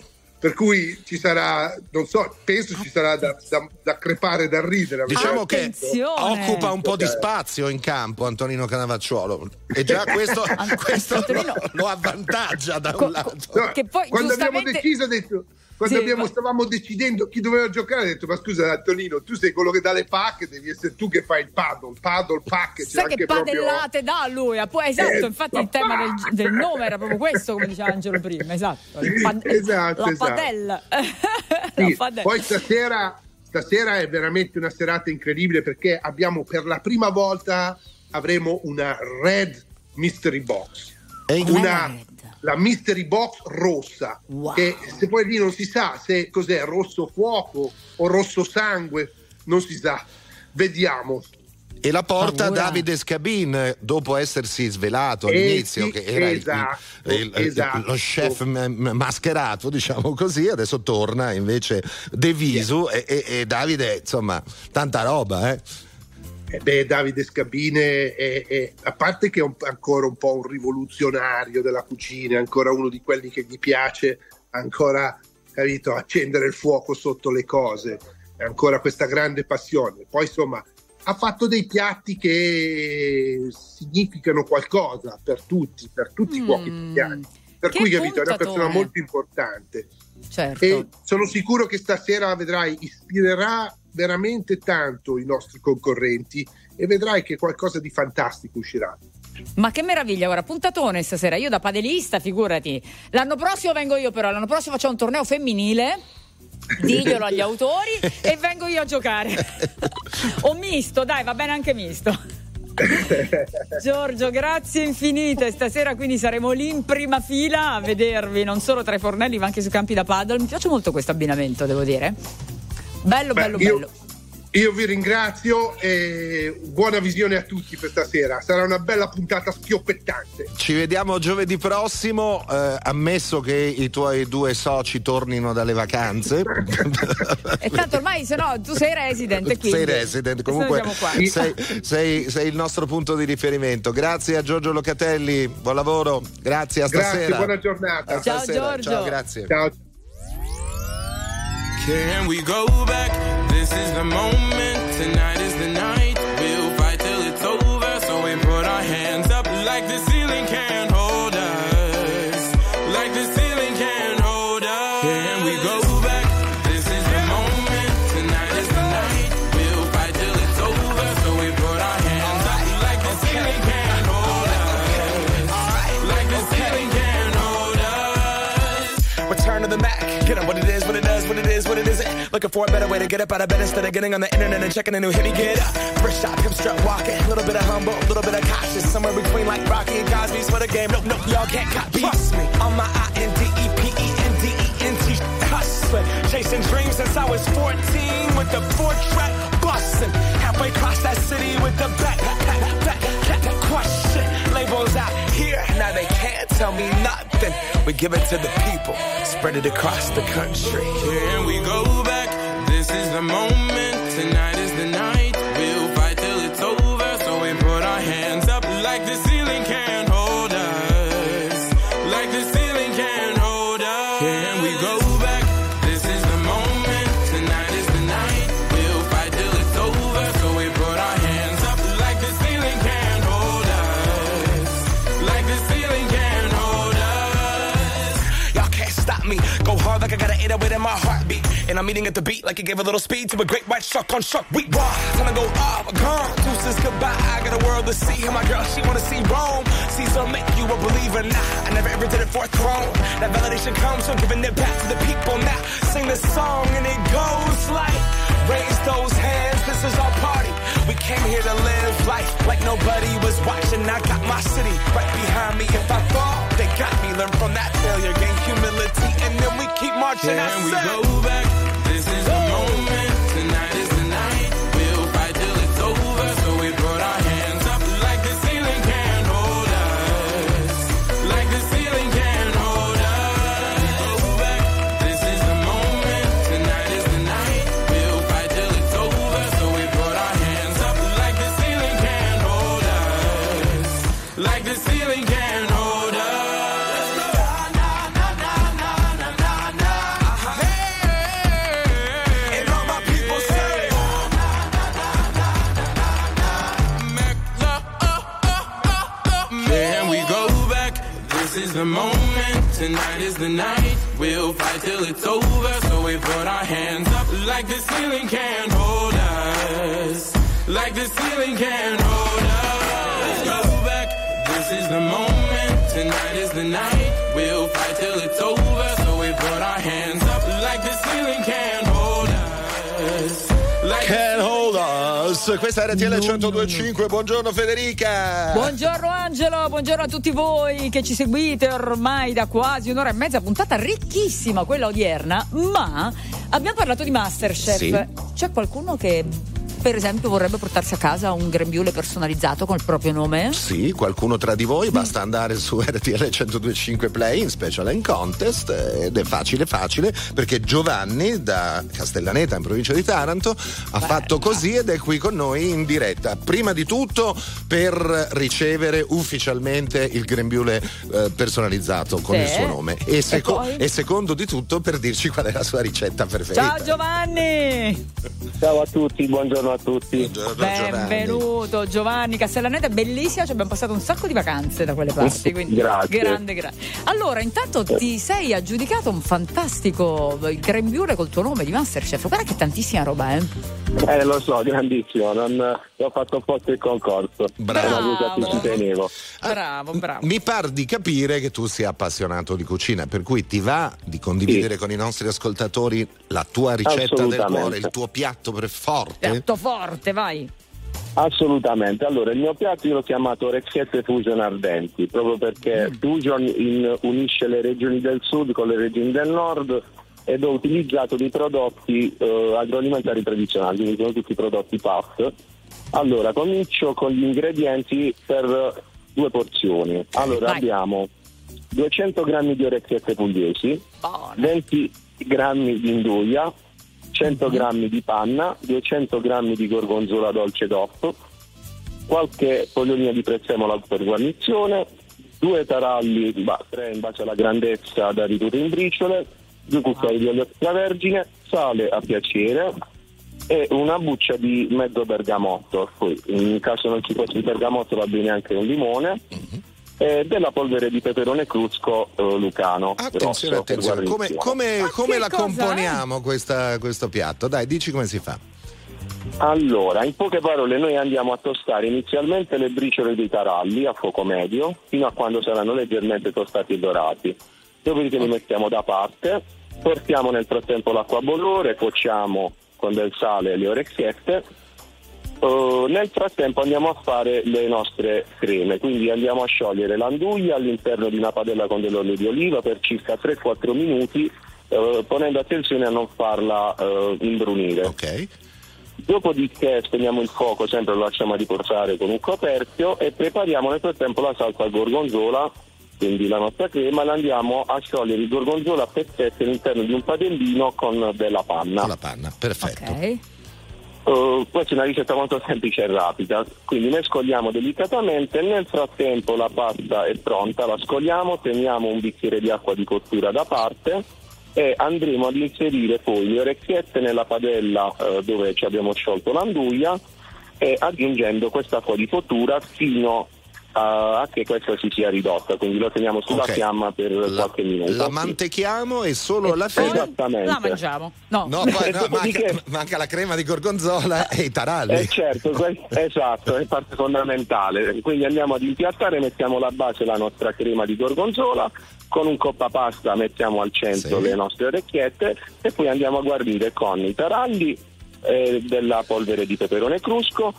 per cui ci sarà, non so, penso ci sarà da, da, da crepare dal ridere. Diciamo Attenzione. che occupa un po' di spazio in campo Antonino Cannavacciuolo e già questo, questo Antonino- lo, lo avvantaggia da Co- un lato. No, Che poi, quando abbiamo giustamente- deciso, ho detto, quando Sì, abbiamo, ma- stavamo decidendo chi doveva giocare, ho detto: ma scusa Antonino, tu sei quello che dà le pacche, devi essere tu che fai il paddle, paddle, pacche. Sai che padellate dà lui? Ah, poi- Esatto, Eh, infatti il tema del, del nome era proprio questo, come diceva Angelo prima, esatto. Il pad- Esatto, la esatto. padella. Sì, La padella. poi stasera, stasera è veramente una serata incredibile perché abbiamo per la prima volta avremo una Red Mystery Box. E in- Una, Red. la Mystery Box rossa, Wow. che se poi lì non si sa se cos'è, rosso fuoco o rosso sangue, non si sa. Vediamo. E la porta Paura. Davide Scabin, dopo essersi svelato Eh all'inizio sì, che era il- esatto, il- il- esatto. lo chef m- m- mascherato, diciamo così, adesso torna invece deviso e, e- e Davide, insomma, tanta roba, eh. Eh beh, Davide Scabine è, è- a parte che è un- ancora un po' un rivoluzionario della cucina, è ancora uno di quelli che gli piace ancora, capito, accendere il fuoco sotto le cose, è ancora questa grande passione. Poi insomma ha fatto dei piatti che significano qualcosa per tutti, per tutti i Mm. cuochi italiani. Per Che cui, capito, è una puntatone. persona molto importante. Certo. E sono sicuro che stasera, vedrai, ispirerà veramente tanto i nostri concorrenti e vedrai che qualcosa di fantastico uscirà. Ma che meraviglia, guarda, puntatone stasera. Io da padelista, figurati. L'anno prossimo vengo io, però. L'anno prossimo facciamo un torneo femminile. Diglielo agli autori e vengo io a giocare. O misto, dai, va bene anche misto. Giorgio, grazie infinite. Stasera quindi saremo lì in prima fila a vedervi, non solo tra i fornelli ma anche sui campi da paddle. Mi piace molto questo abbinamento, devo dire. Bello, Beh, bello, io- bello. Io vi ringrazio e buona visione a tutti per stasera. Sarà una bella puntata schioppettante. Ci vediamo giovedì prossimo, eh, ammesso che i tuoi due soci tornino dalle vacanze. E tanto ormai, se no, tu sei resident, quindi Sei resident, Noi comunque siamo qua. sei, sei- sei il nostro punto di riferimento. Grazie a Giorgio Locatelli, buon lavoro, grazie, a stasera. Grazie, buona giornata. A Ciao, stasera. Giorgio. Ciao, grazie. Ciao. Can we go back? This is the moment. Tonight is the night. We'll fight till it's over. So we put our hands up like the ceiling can't hold us. Like the ceiling can't hold us. Can we go back? This is the moment. Tonight is the night. We'll fight till it's over. So we put our hands up like the ceiling can't hold us. Like the ceiling can't hold us. Return to the Mac. Get up what it is, what it does, what it is, what it isn't. Looking for a better way to get up out of bed instead of getting on the internet and checking a new hit. Me get up. First shot, hip strut walking. A little bit of humble, a little bit of cautious. Somewhere between like Rocky and Cosby's for the game. Nope, nope, y'all can't copy. Trust me, on my I N D E P E N D E N T hustling. Chasing dreams since I was fourteen with the four track busting. Halfway across that city with the back, back, back, back, back, question. Labels out here, now they can't tell me nothing. We give it to the people, spread it across the country. Can we go back? This is the moment. Tonight is the night. We'll fight till it's over. So we put our hands up like the ceiling can't hold us. Like the ceiling can't hold us. Can we go back? This is the moment. Tonight is the night. We'll fight till it's over. So we put our hands up like the ceiling can't hold us. Like the ceiling can't hold us. Y'all can't stop me. Go hard like I got an eight oh eight in my heartbeat. And I'm eating at the beat like it gave a little speed to a great white shark on shark week. Raw, gonna go off, gone. Deuces goodbye. I got a world to see. And my girl, she wanna see Rome. Caesar make you a believer. Nah, I never ever did it for a throne. That validation comes from giving it back to the people. Now sing this song and it goes like, raise those hands. This is our party. We came here to live life like nobody was watching. I got my city right behind me. If I fall, they got me. Learn from that failure, gain humility, and then we keep marching. I Can we said, go back? This is the moment. Tonight is the night. We'll fight till it's over. So we put our hands up like the ceiling can't hold us. Like the ceiling can't hold us. Go back. This is the moment. Tonight is the night. We'll fight till it's over. So we put our hands up like the ceiling can't hold us. Like the ceiling can't hold us. the moment, tonight is the night. We'll fight till it's over, so we put our hands up like the ceiling can't hold us. Like the ceiling can't hold us. Let's go back, this is the moment, tonight is the night. We'll fight till it's over, so we put our hands up like the ceiling can't hold us. Like Can't hold us. Questa è R T L centodue e cinque. Buongiorno Federica. Buongiorno Angelo, buongiorno a tutti voi che ci seguite ormai da quasi un'ora e mezza, puntata ricchissima quella odierna, ma abbiamo parlato di Masterchef. Sì. C'è qualcuno che per esempio vorrebbe portarsi a casa un grembiule personalizzato con il proprio nome? Sì, qualcuno tra di voi, basta andare su R T L centodue e cinque Play in Special and Contest ed è facile facile perché Giovanni da Castellaneta in provincia di Taranto ha Bella. fatto così ed è qui con noi in diretta. Prima di tutto per ricevere ufficialmente il grembiule eh, personalizzato con Sì. il suo nome e, seco- E poi? e secondo di tutto per dirci qual è la sua ricetta preferita. Ciao Giovanni! Ciao a tutti, buongiorno a tutti. Buongiorno, Benvenuto Giovanni. Castellaneta è bellissima, ci abbiamo passato un sacco di vacanze da quelle parti, quindi Grazie. grande grande. Allora intanto ti sei aggiudicato un fantastico grembiule col tuo nome di Masterchef. Guarda che tantissima roba, eh. Eh, lo so, grandissimo, non ho fatto apposta il concorso. Bravo. È una cosa a cui ci tenevo. Bravo, bravo. Mi par di capire che tu sia appassionato di cucina, per cui ti va di condividere Sì. con i nostri ascoltatori la tua ricetta del Assolutamente. cuore, il tuo piatto pre- forte? Piatto forte, vai. Assolutamente. Allora, il mio piatto io l'ho chiamato orecchiette fusion ardenti, proprio perché fusion in- unisce le regioni del sud con le regioni del nord ed ho utilizzato dei prodotti eh, agroalimentari tradizionali, quindi sono tutti prodotti P A F. Allora, comincio con gli ingredienti per due porzioni. Allora, Vai. abbiamo duecento grammi di orecchiette pugliesi, Buona. venti grammi di induia, cento grammi di panna, duecento grammi di gorgonzola dolce D O F, qualche fogliolina di prezzemolo per guarnizione, due taralli, bah, tre in base alla grandezza da ridurre in briciole, due cucchiai di olio extravergine, sale a piacere e una buccia di mezzo bergamotto. Poi in caso non ci fosse il bergamotto va bene anche un limone. E della polvere di peperone crusco eh, lucano. Attenzione, rosso, per attenzione, come, guarnizione. come, Ma come che la cosa componiamo questa, questo piatto? Dai, dici come si fa. Allora, in poche parole noi andiamo a tostare inizialmente le briciole dei taralli a fuoco medio fino a quando saranno leggermente tostati e dorati. Dopodiché li mettiamo da parte, portiamo nel frattempo l'acqua a bollore, cuociamo con del sale le orecchiette. Uh, nel frattempo andiamo a fare le nostre creme, quindi andiamo a sciogliere l'anduglia all'interno di una padella con dell'olio di oliva per circa tre quattro minuti, uh, ponendo attenzione a non farla uh, imbrunire. Ok. Dopodiché spegniamo il fuoco, sempre lo lasciamo riposare con un coperchio e prepariamo nel frattempo la salsa al gorgonzola, quindi la nostra crema, la andiamo a sciogliere il gorgonzola a pezzetti all'interno di un padellino con della panna. Con la panna, perfetto. Ok. Uh, questa è una ricetta molto semplice e rapida, quindi ne scogliamo delicatamente, nel frattempo la pasta è pronta, la scogliamo, teniamo un bicchiere di acqua di cottura da parte e andremo ad inserire poi le orecchiette nella padella uh, dove ci abbiamo sciolto l'anduglia e aggiungendo quest'acqua di cottura fino a, a che questa si sia ridotta, quindi lo teniamo sulla Ok. fiamma per La, qualche minuto. la Sì. mantechiamo e solo alla Poi fine. Esattamente. la mangiamo. No. No, poi, E no, dopodiché- manca, manca la crema di gorgonzola e i taralli. Eh certo, que- esatto, è parte fondamentale. Quindi andiamo ad impiattare, mettiamo la base la nostra crema di gorgonzola, con un coppa pasta mettiamo al centro Sì. le nostre orecchiette e poi andiamo a guarnire con i taralli eh, della polvere di peperone crusco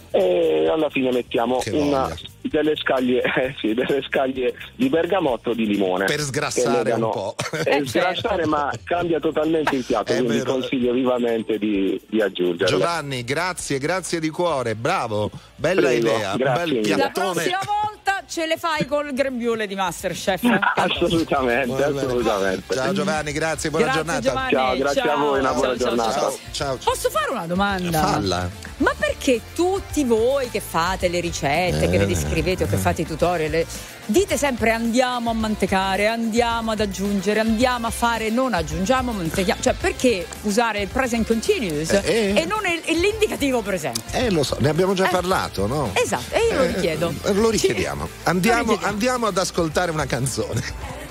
e alla fine mettiamo Che una, voglia. delle scaglie eh, sì, delle scaglie di bergamotto di limone Per sgrassare che legano- un po'. eh, Eh, sgrassare, certo. ma cambia totalmente il piatto, È quindi vero. consiglio vivamente di, di aggiungerlo. Giovanni, grazie, grazie di cuore, bravo, bella Prego, idea, un grazie bel mille. La piattone. prossima volta ce le fai col grembiule di Masterchef. Assolutamente, Va bene. assolutamente. Ciao Giovanni, grazie, buona Grazie giornata. Giovanni. Ciao, grazie a voi, una buona ciao, ciao, giornata. ciao. Ciao, ciao. Posso fare una domanda? Falla. Ma perché tutti voi che fate le ricette, Eh. che le descrivete o che fate i tutorial, dite sempre andiamo a mantecare, andiamo ad aggiungere, andiamo a fare, non aggiungiamo, mantechiamo. Cioè, perché usare il present continuous Eh, eh. e non il- l'indicativo presente? Eh, lo so, ne abbiamo già Eh. parlato, no? Esatto, e io lo richiedo. Eh, lo richiediamo. Ci- Andiamo, lo richiediamo. andiamo ad ascoltare una canzone.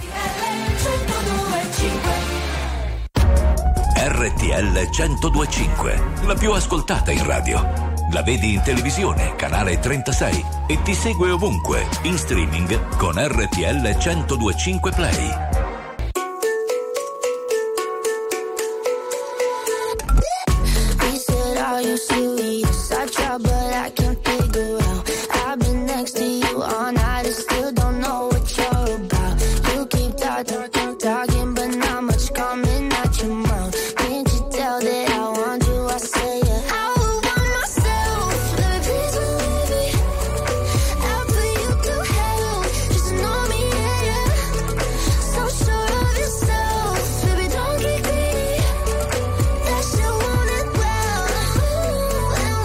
R T L centodue e cinque, la più ascoltata in radio. La vedi in televisione, canale trentasei, e ti segue ovunque, in streaming con R T L centodue e cinque Play. He said, are you serious? I try, but I can't figure out. I've been next to you all night and still don't know what you're about. You keep talking, talking, but not much coming out your mouth. Can't you tell that I want you? I say it. I would want myself, baby, please believe me. I'll put you through hell, just know me, yeah, yeah. So sure of yourself, baby, don't get greedy. That shit want it well, well,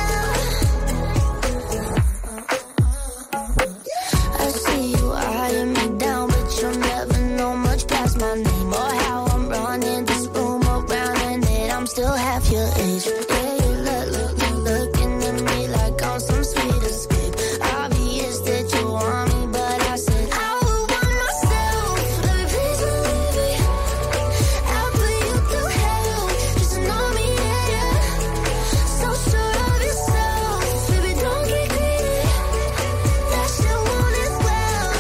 well. I see you eyeing me down, but you'll never know much past my name or how I'm running this room around, and that I'm still half your age. Yeah, you look, look, look, looking at me like I'm some sweet escape. Obvious that you want me, but I said I would want myself, baby, please believe me. I'll put you through hell, just know me, yeah, yeah. So sure of yourself, baby, don't get greedy. That shit want it well,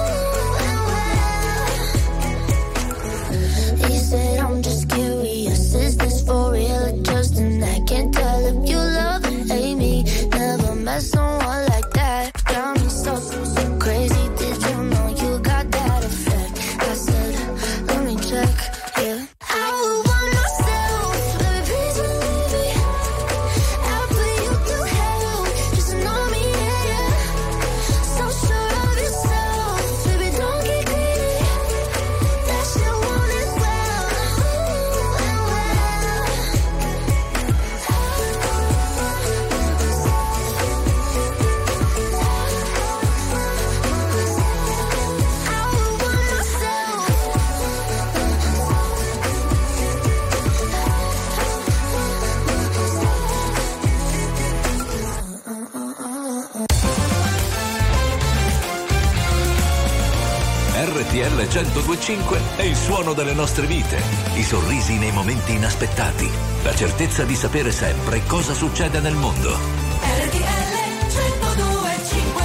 well, well. He said, I'm just curious, is this for real or just an act? Can't tell if you love or hate me. Never met someone like that. Got me so, so, so crazy. Did you know you got that effect? I said, let me check, yeah. I would want myself, baby, please believe me. I'll put you through hell, just know me, yeah, yeah. So sure of yourself, baby, don't get greedy. That shit want it well, well, well. I would want myself. R T L centodue e cinque è il suono delle nostre vite, i sorrisi nei momenti inaspettati, la certezza di sapere sempre cosa succede nel mondo. R T L centodue e cinque.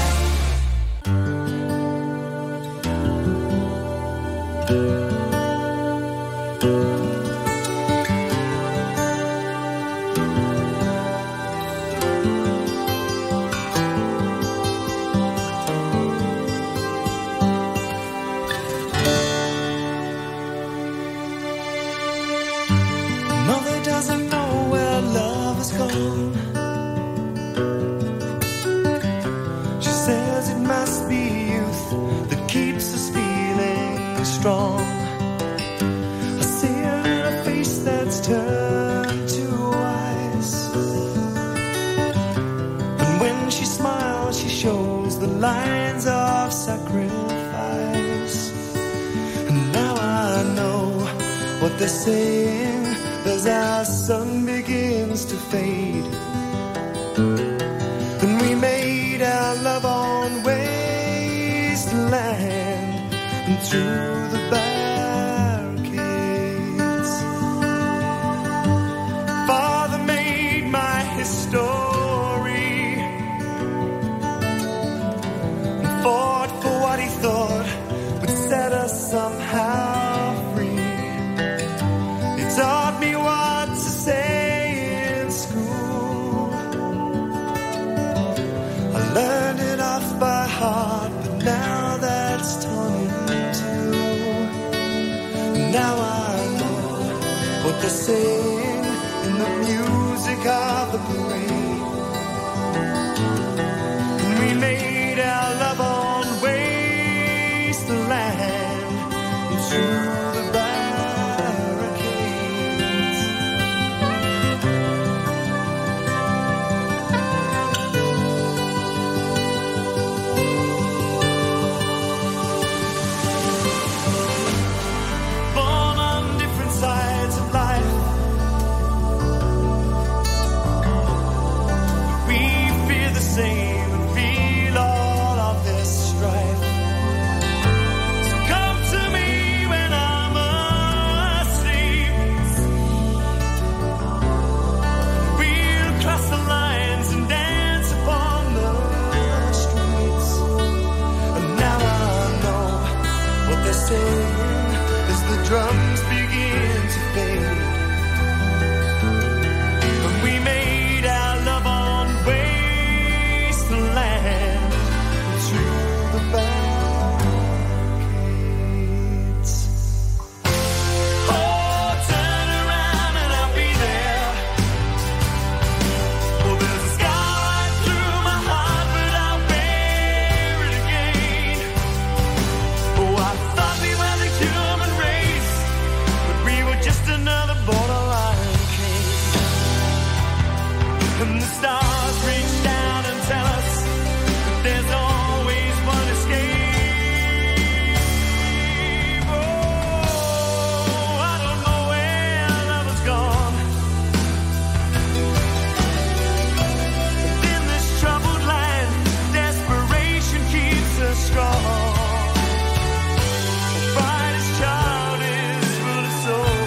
Mother doesn't know where love has gone. She says it must be youth that keeps us feeling strong. I see her in a face that's turned to ice, and when she smiles she shows the lines of sacrifice. And now I know what they're saying as our sun begins to fade. And we made our love on wasteland and through the barricades. Father made my history and fought for what he thought would set us somehow free. He taught me what to say in school. I learned it off by heart, but now that's torn in two. Now I know what they're saying in the music of the parade. And we made our love on wasteland and through the barricades. drums begin to fade. When we made our love on wasteland to the barricades. Oh, turn around and I'll be there. Well, there's a scar right through my heart, but I'll bear it again. Oh, I thought we were the human race, but we were just another borderline case. And the stars reach down and tell us that there's always one escape. Oh, I don't know where love has gone. But in this troubled land, desperation keeps us strong. The brightest child is full of soul.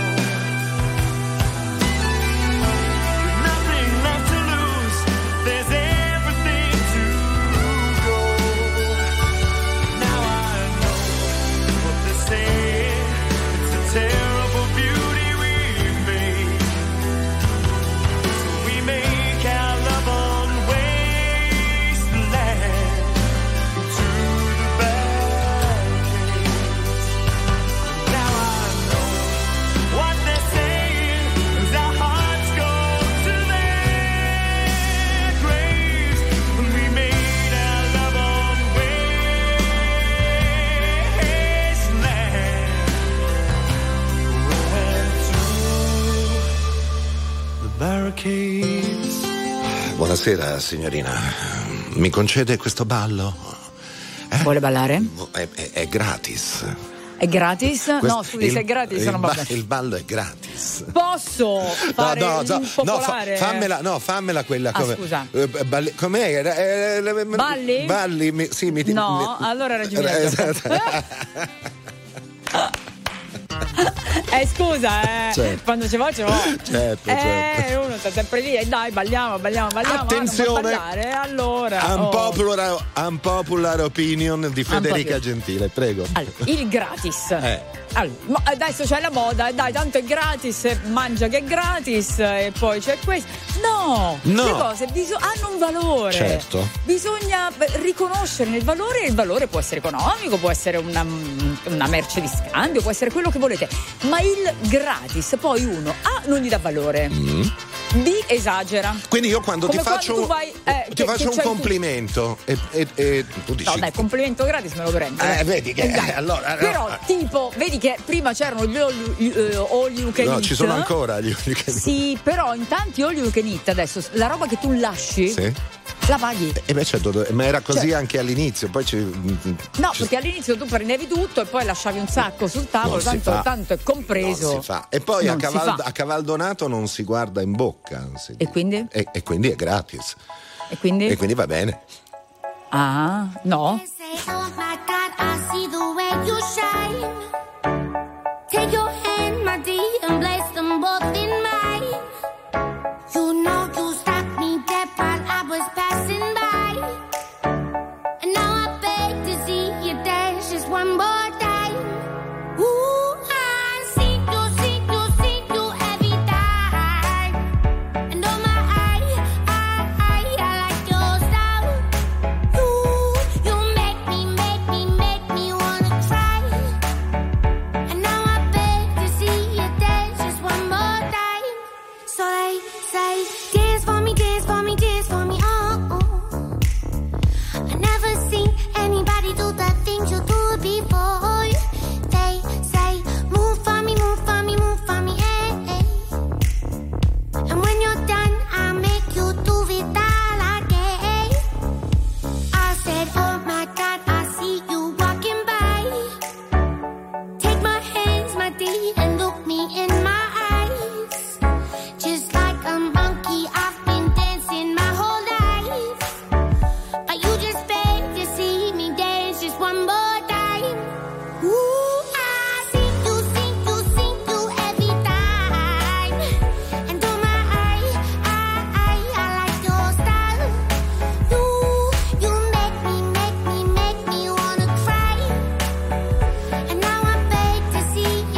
With nothing left to lose, there's everything to go. Now I know what they're saying. It's a terrible beauty we've made. So we make our love on wasteland to the barricades. Now I know what they're saying as our hearts go to their graves. And we made our love on wasteland to the barricades. Buonasera signorina, mi concede questo ballo? Vuole ballare? È, è- è gratis. È gratis? Questo- No, scusi, il- se è gratis il, non va ba- bene. il ballo è gratis. Posso fare no, no, un no, no, fa- popolare? fammela, no, fammela quella Ah, come. scusa. eh, balli- com'è? Eh, eh, Balli? Balli, mi- sì, mi No, mi- allora ragioni. Esatto. Eh scusa, eh. Certo. Quando ci vuoi, ci vuoi. Certo, eh, certo. uno sta sempre lì e dai, balliamo, balliamo, balliamo. Attenzione. Ah, non vuoi ballare? Allora. oh. Unpopular, unpopular opinion di Federica Unpopular. Gentile, prego. Allora, il gratis. Eh. Allora, ma adesso c'è la moda, e dai, tanto è gratis, e mangia che è gratis, e poi c'è questo. No, No. le cose biso- hanno un valore. Certo. Bisogna riconoscere il valore, e il valore può essere economico, può essere una, una merce di scambio, può essere quello che volete. Ma il gratis, poi uno A non gli dà valore. Mm. B esagera. Quindi io quando Come ti faccio, quando tu vai, eh, ti che- faccio che un c'hai tu- complimento e, e- e tu dici. No, dai, complimento gratis me lo prendo. Eh, eh. vedi che- Eh, dai. eh, allora, Però, no. tipo, vedi che prima c'erano gli all, you- eh, all you can No, eat. ci sono ancora gli unici. Sì, però in tanti all you can eat adesso la roba che tu lasci Sì. la paghi. E beh, certo, ma era così Cioè- anche all'inizio, poi ci. No, ci- perché all'inizio tu prendevi tutto e poi lasciavi un sacco sul tavolo, Non si tanto, fa. tanto è compreso. Non si fa. E poi a, Non si caval, fa. a cavaldonato non si guarda in bocca. si E dice. quindi? E, e quindi è gratis. E quindi? E quindi va bene. Ah, no. Say, oh my God, I see the way you shine. Take your hand, my dear, and place them both in mine. You know you stopped me dead while I was passing by. And now I beg to see you dance just one more time. Ooh, I see you, see you, see you every time. And oh my, I, I, I, I like your style. You, you make me, make me, make me wanna cry. And now I beg to see you dance just one more time. So they say, dance for me, dance for me, dance for me, oh, oh. I never seen anybody do the things you do before. They say, move for me, move for me, move for me, eh, eh. And when you're done, I'll make you do it all again. I said, oh my God, I see you walking by. Take my hands, my dear, and look me in my eyes. Just like a monkey, I've been dancing my whole life. But you just beg to see me dance just one more time. Ooh, I see you, see you, see you every time. And oh my, I, I, I, I like your style. You, you make me, make me, make me wanna cry. And now I beg to see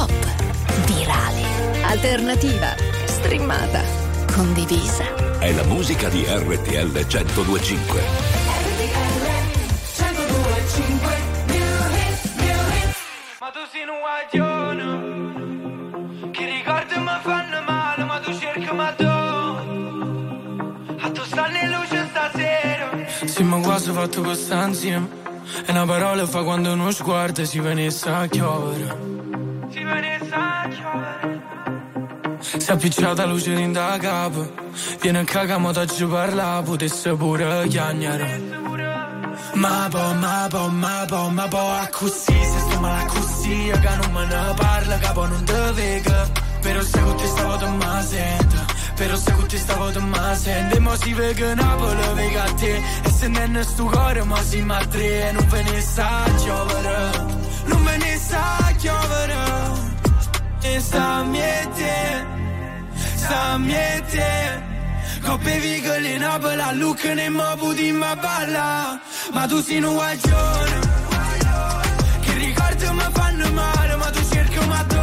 Pop, virale, alternativa, streamata, condivisa. È la musica di R T L centodue e cinque. Ma tu sei un guaglione che ricordi mi fanno male, ma tu cerchi ma tu a tu stanno in luce stasera. Sì, ma quasi fatto questa insieme e una parola fa quando uno sguardo si venisse a chiovere. Si venisse a chiovere. Si è appicciata luce in da capo, viene a cagamo da giù parla, potesse pure chiagnare. Ma po, ma po, ma po, ma po, a così, se sto male così, che non me ne parla, capo non te vega. Però se con te stavo te ma sento, però se con te stavo te ma sento. E mo si vega Napoli, vega a te, e se non è sto cuore, ma si ma tre, non ve ne sa giovere, non ve ne sa giovere. E sta miete, sta miete. Coppe vigole in Napoli, a Lucca ne mo puti ma balla. Ma tu sei un guaglione che ricordi mi fanno male, ma tu cerchi ma tu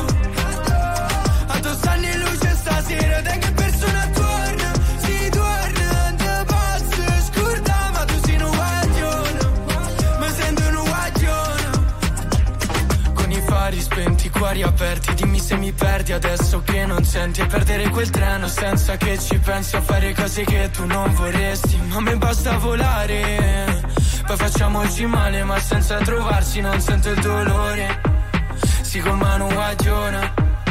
a tu stanno in luce stasera, te che persona torna, si torna, te posso scordare, ma tu sei un guaglione, mi sento un guaglione. Con i fari spenti, i cuori aperti, dimmi se mi perdi adesso che non senti, e perdere quel treno senza che ci pensi a fare cose che tu non vorresti, ma mi basta volare. Poi facciamoci male ma senza trovarsi non sento il dolore. Si con mano guagliona.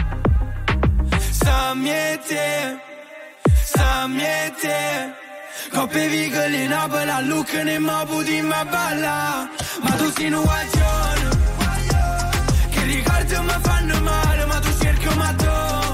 Sta miete, sta miete. Coppe vigole in Napoli, a Lucca ne mo puti ma balla. Ma tu sei un guaglione che ricordi mi fanno male, ma tu cerchi ma tu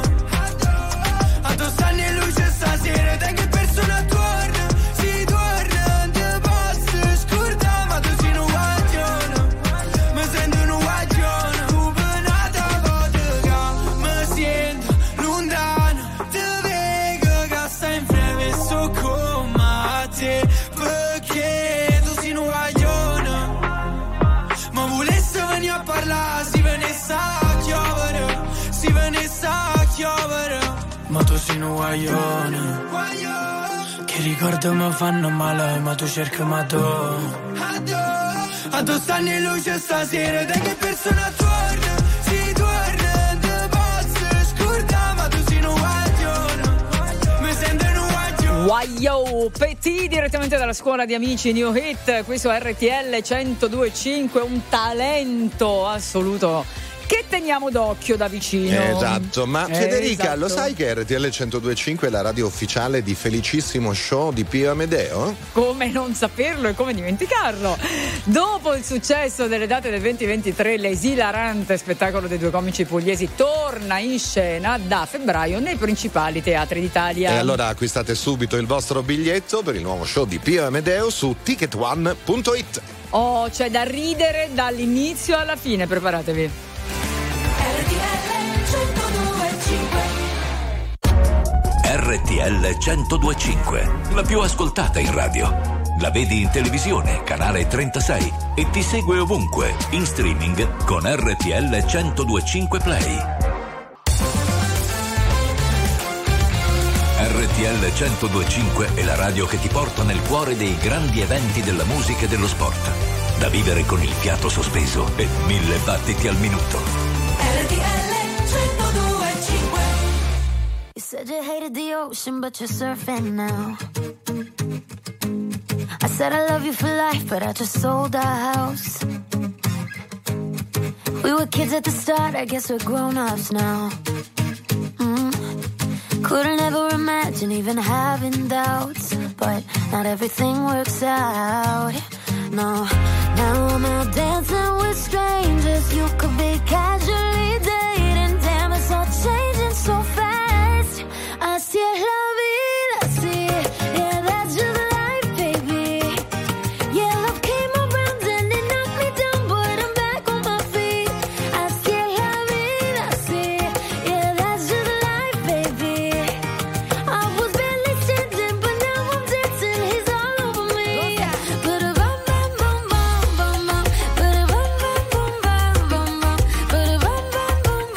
a tu stanno in luce stasera, te che persona torna, si torna, te posso scordare, ma tu sei un guaglione, mi sento un guaglione. Tu penata vodka, mi sento lontano, te vedo che stai in freme e so come te, perché tu sei un guaglione. Ma volesse venire a parlare, si venisse a chiovere, si venisse a chiovere. Ma tu sei un guaglione che ricordo mi fanno male, ma tu cerchi ma tu a tu stanno in luce stasera, te che persona torna, si torna, te posso scordare, ma tu sei un guaglione, mi sento un guaglione. Wayo Petit direttamente dalla scuola di amici New Hit, questo è R T L centodue e cinque, un talento assoluto che teniamo d'occhio da vicino. Esatto, ma eh, Federica, esatto. lo sai che R T L centodue e cinque è la radio ufficiale di Felicissimo Show di Pio Amedeo? Come non saperlo e come dimenticarlo? Dopo il successo delle date del venti ventitré, l'esilarante spettacolo dei due comici pugliesi torna in scena da febbraio nei principali teatri d'Italia. E allora acquistate subito il vostro biglietto per il nuovo show di Pio Amedeo su ticket one punto it. Oh, c'è da ridere dall'inizio alla fine, preparatevi. R T L centodue e cinque, la più ascoltata in radio. La vedi in televisione, canale trentasei, e ti segue ovunque, in streaming con R T L centodue e cinque Play. R T L centodue e cinque è la radio che ti porta nel cuore dei grandi eventi della musica e dello sport. Da vivere con il fiato sospeso e mille battiti al minuto. R T L centodue e cinque. You said you hated the ocean, but you're surfing now. I said I love you for life, but I just sold our house. We were kids at the start, I guess we're grown-ups now. Mm. Couldn't ever imagine even having doubts, but not everything works out. No, now I'm out dancing with strangers. You could be casually dating. Damn, it's all changing so fast. Así es la vida, así, yeah, that's just life, baby. Yeah, love came around and it knocked me down, but I'm back on my feet. Así es la vida, así, yeah, that's just life, baby. I was barely standing, but now I'm dancing. He's all over me. Ba-da-bum, bum, bum, bum, bum, bum. Ba-da-bum, bum, bum, bum, bum, bum. Ba-da-bum, bum, bum,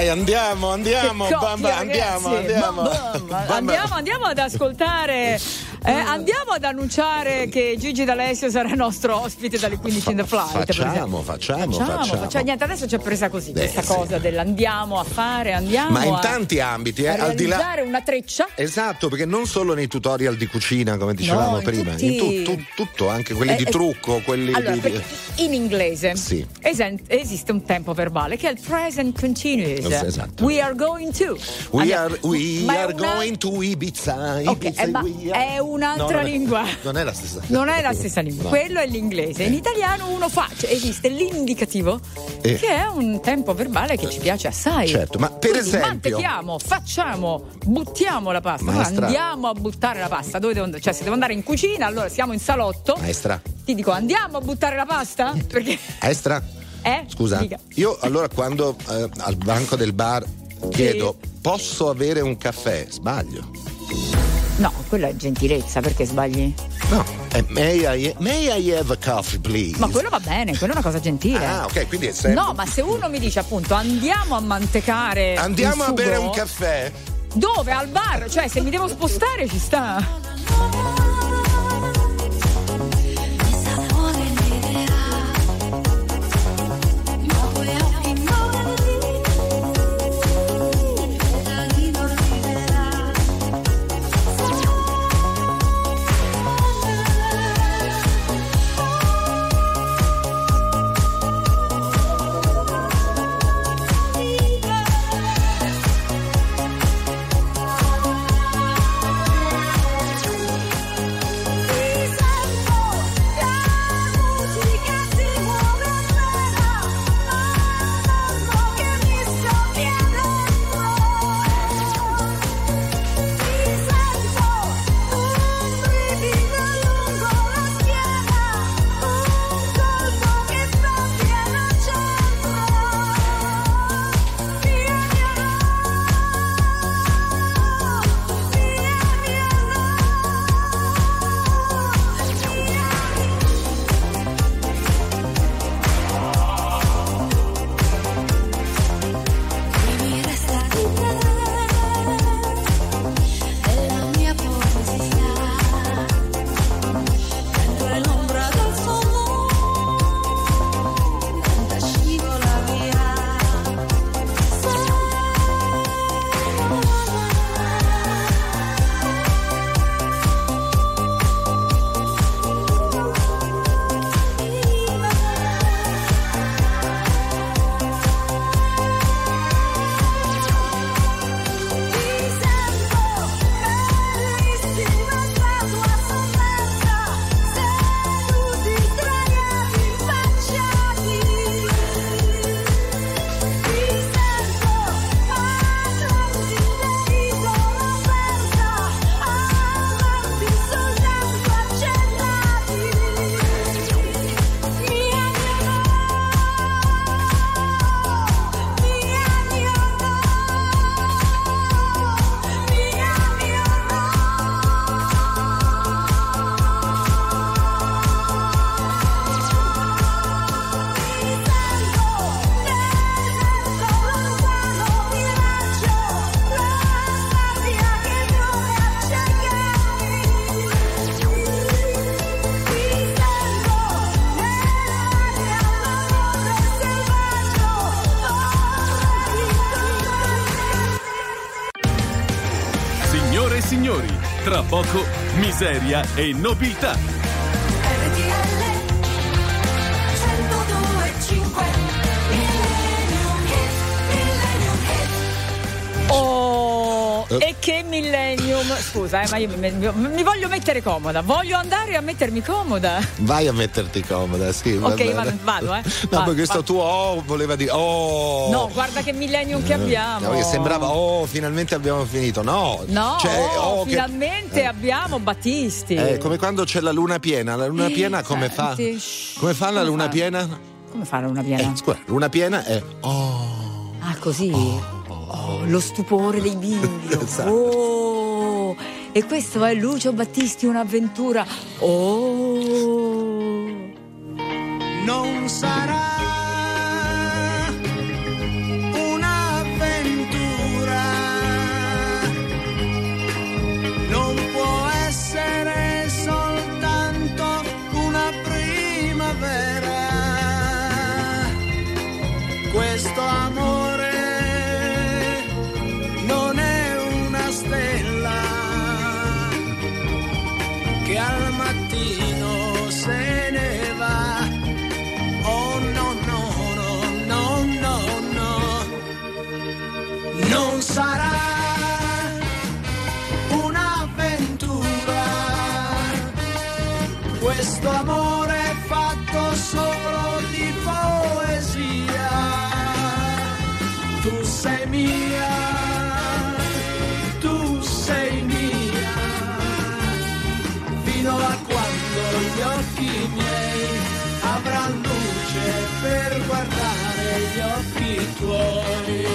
Dai, andiamo, andiamo, Che coppia, bamba, andiamo, ragazzi. andiamo. Bamba. Andiamo, andiamo ad ascoltare. Eh, andiamo ad annunciare che Gigi D'Alessio sarà nostro ospite dalle quindici in The Flight. Facciamo, facciamo, facciamo, facciamo. facciamo. Niente, adesso ci è presa così Beh, questa sì. cosa dell'andiamo a fare, andiamo Ma in a, tanti ambiti, eh, a al di là. realizzare una treccia. Esatto, perché non solo nei tutorial di cucina, come dicevamo No, in prima, tutti- in tu- tu- tutto, anche quelli Eh, di eh, trucco, quelli Allora, di. perché in inglese Sì. esen- esiste un tempo verbale che è il present continuous. Esatto. We are going to. We Andiamo- are, we Ma è are una- going to Ibiza. Ok, Ibiza eh, ma we are- è un'altra No, non è- lingua. Non è la stessa. Non è la stessa lingua, No. quello è l'inglese. In italiano uno fa, cioè esiste l'indicativo, Eh. che è un tempo verbale che ci piace assai. Certo, ma per Quindi esempio- mantechiamo, facciamo, buttiamo la pasta. Allora, Maestra. andiamo a buttare la pasta. Dove devo andare? Cioè, se devo andare in cucina, allora siamo in salotto. Maestra, Ti dico, andiamo a buttare la pasta? Perché. maestra, Eh? scusa, Dica. io allora quando eh, al banco del bar chiedo posso avere un caffè, sbaglio. No, quella è gentilezza, perché sbagli? No, è may I, may I have a coffee, please? Ma quello va bene, quella è una cosa gentile. Ah, ok, quindi è sempre. No, ma se uno mi dice appunto andiamo a mantecare. Andiamo il a sugo, bere un caffè? Dove? Al bar? Cioè, se mi devo spostare ci sta. Signore e signori, tra poco miseria e nobiltà. Oh, e che millennium! Scusa, eh, ma io mi, mi- mi voglio mettere comoda. Voglio andare a mettermi comoda. Vai a metterti comoda, sì. va Ok, bene. vado, vado, eh. No, Vado, ma questo vado. tuo oh voleva dire oh. No, guarda che millennium che abbiamo. No, che sembrava oh, finalmente abbiamo finito. No, No, cioè, oh, oh, che- finalmente abbiamo Battisti. È come quando c'è la luna piena. La luna piena come fa? Senti, Come fa la come luna fa? piena? Come fa la luna piena? Eh, scusa, luna piena è oh. Ah, così? Oh, lo stupore dei bimbi. Esatto. Oh, e questo è Lucio Battisti, un'avventura. Oh. Non sarà un'avventura che al mattino se ne va. Oh no, no, no, no, no, no. Non sarà un'avventura, questo amore è fatto solo di poesia. Tu sei mia, tu sei mia, fino a quando gli occhi miei avranno luce per guardare gli occhi tuoi.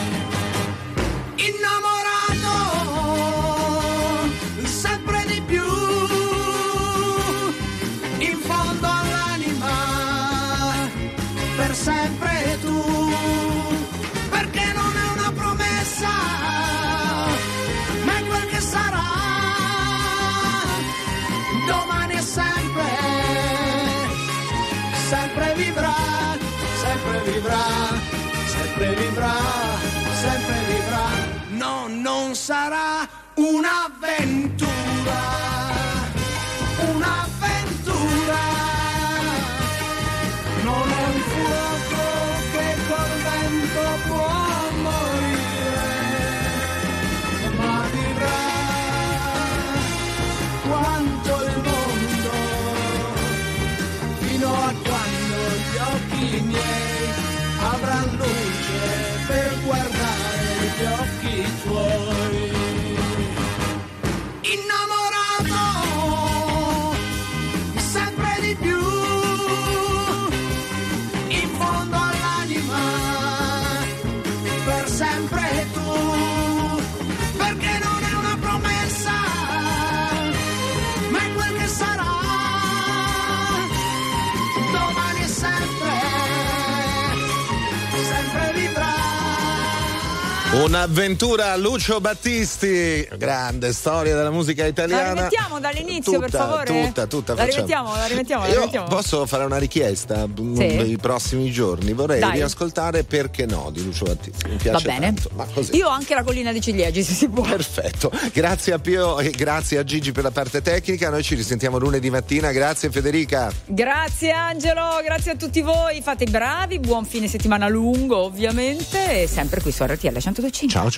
Innamorato sempre di più, in fondo all'anima, per sempre tu, perché non è una promessa, ma è quel che sarà, domani e sempre, sempre vivrà, sempre vivrà, sempre vivrà, sempre vivrà. No, non sarà un'avventura, un'avventura, non è un fuoco che col vento può morire, ma vivrà quanto il mondo, fino a quando gli occhi miei avranno luce per guardare gli occhi tuoi. Innamorato sempre di più, in fondo all'anima, per sempre tu, perché non è una promessa, ma è quel che sarà, domani e sempre, sempre vivrà. Un'avventura, Lucio Battisti, grande storia della musica italiana. La rimettiamo dall'inizio, tutta, per favore. Tutta, tutta. La rimettiamo, la rimettiamo, la Io rimettiamo. posso fare una richiesta Sì. nei prossimi giorni? Vorrei Dai. riascoltare Perché no di Lucio Battisti. Mi piace Va bene. tanto. Ma così. Io ho anche la collina di ciliegi, se si può. Perfetto. Grazie a Pio e grazie a Gigi per la parte tecnica. Noi ci risentiamo lunedì mattina. Grazie Federica. Grazie Angelo, grazie a tutti voi. Fate i bravi, buon fine settimana lungo, ovviamente, e sempre qui su R T L centodue e cinque. Ciao ciao.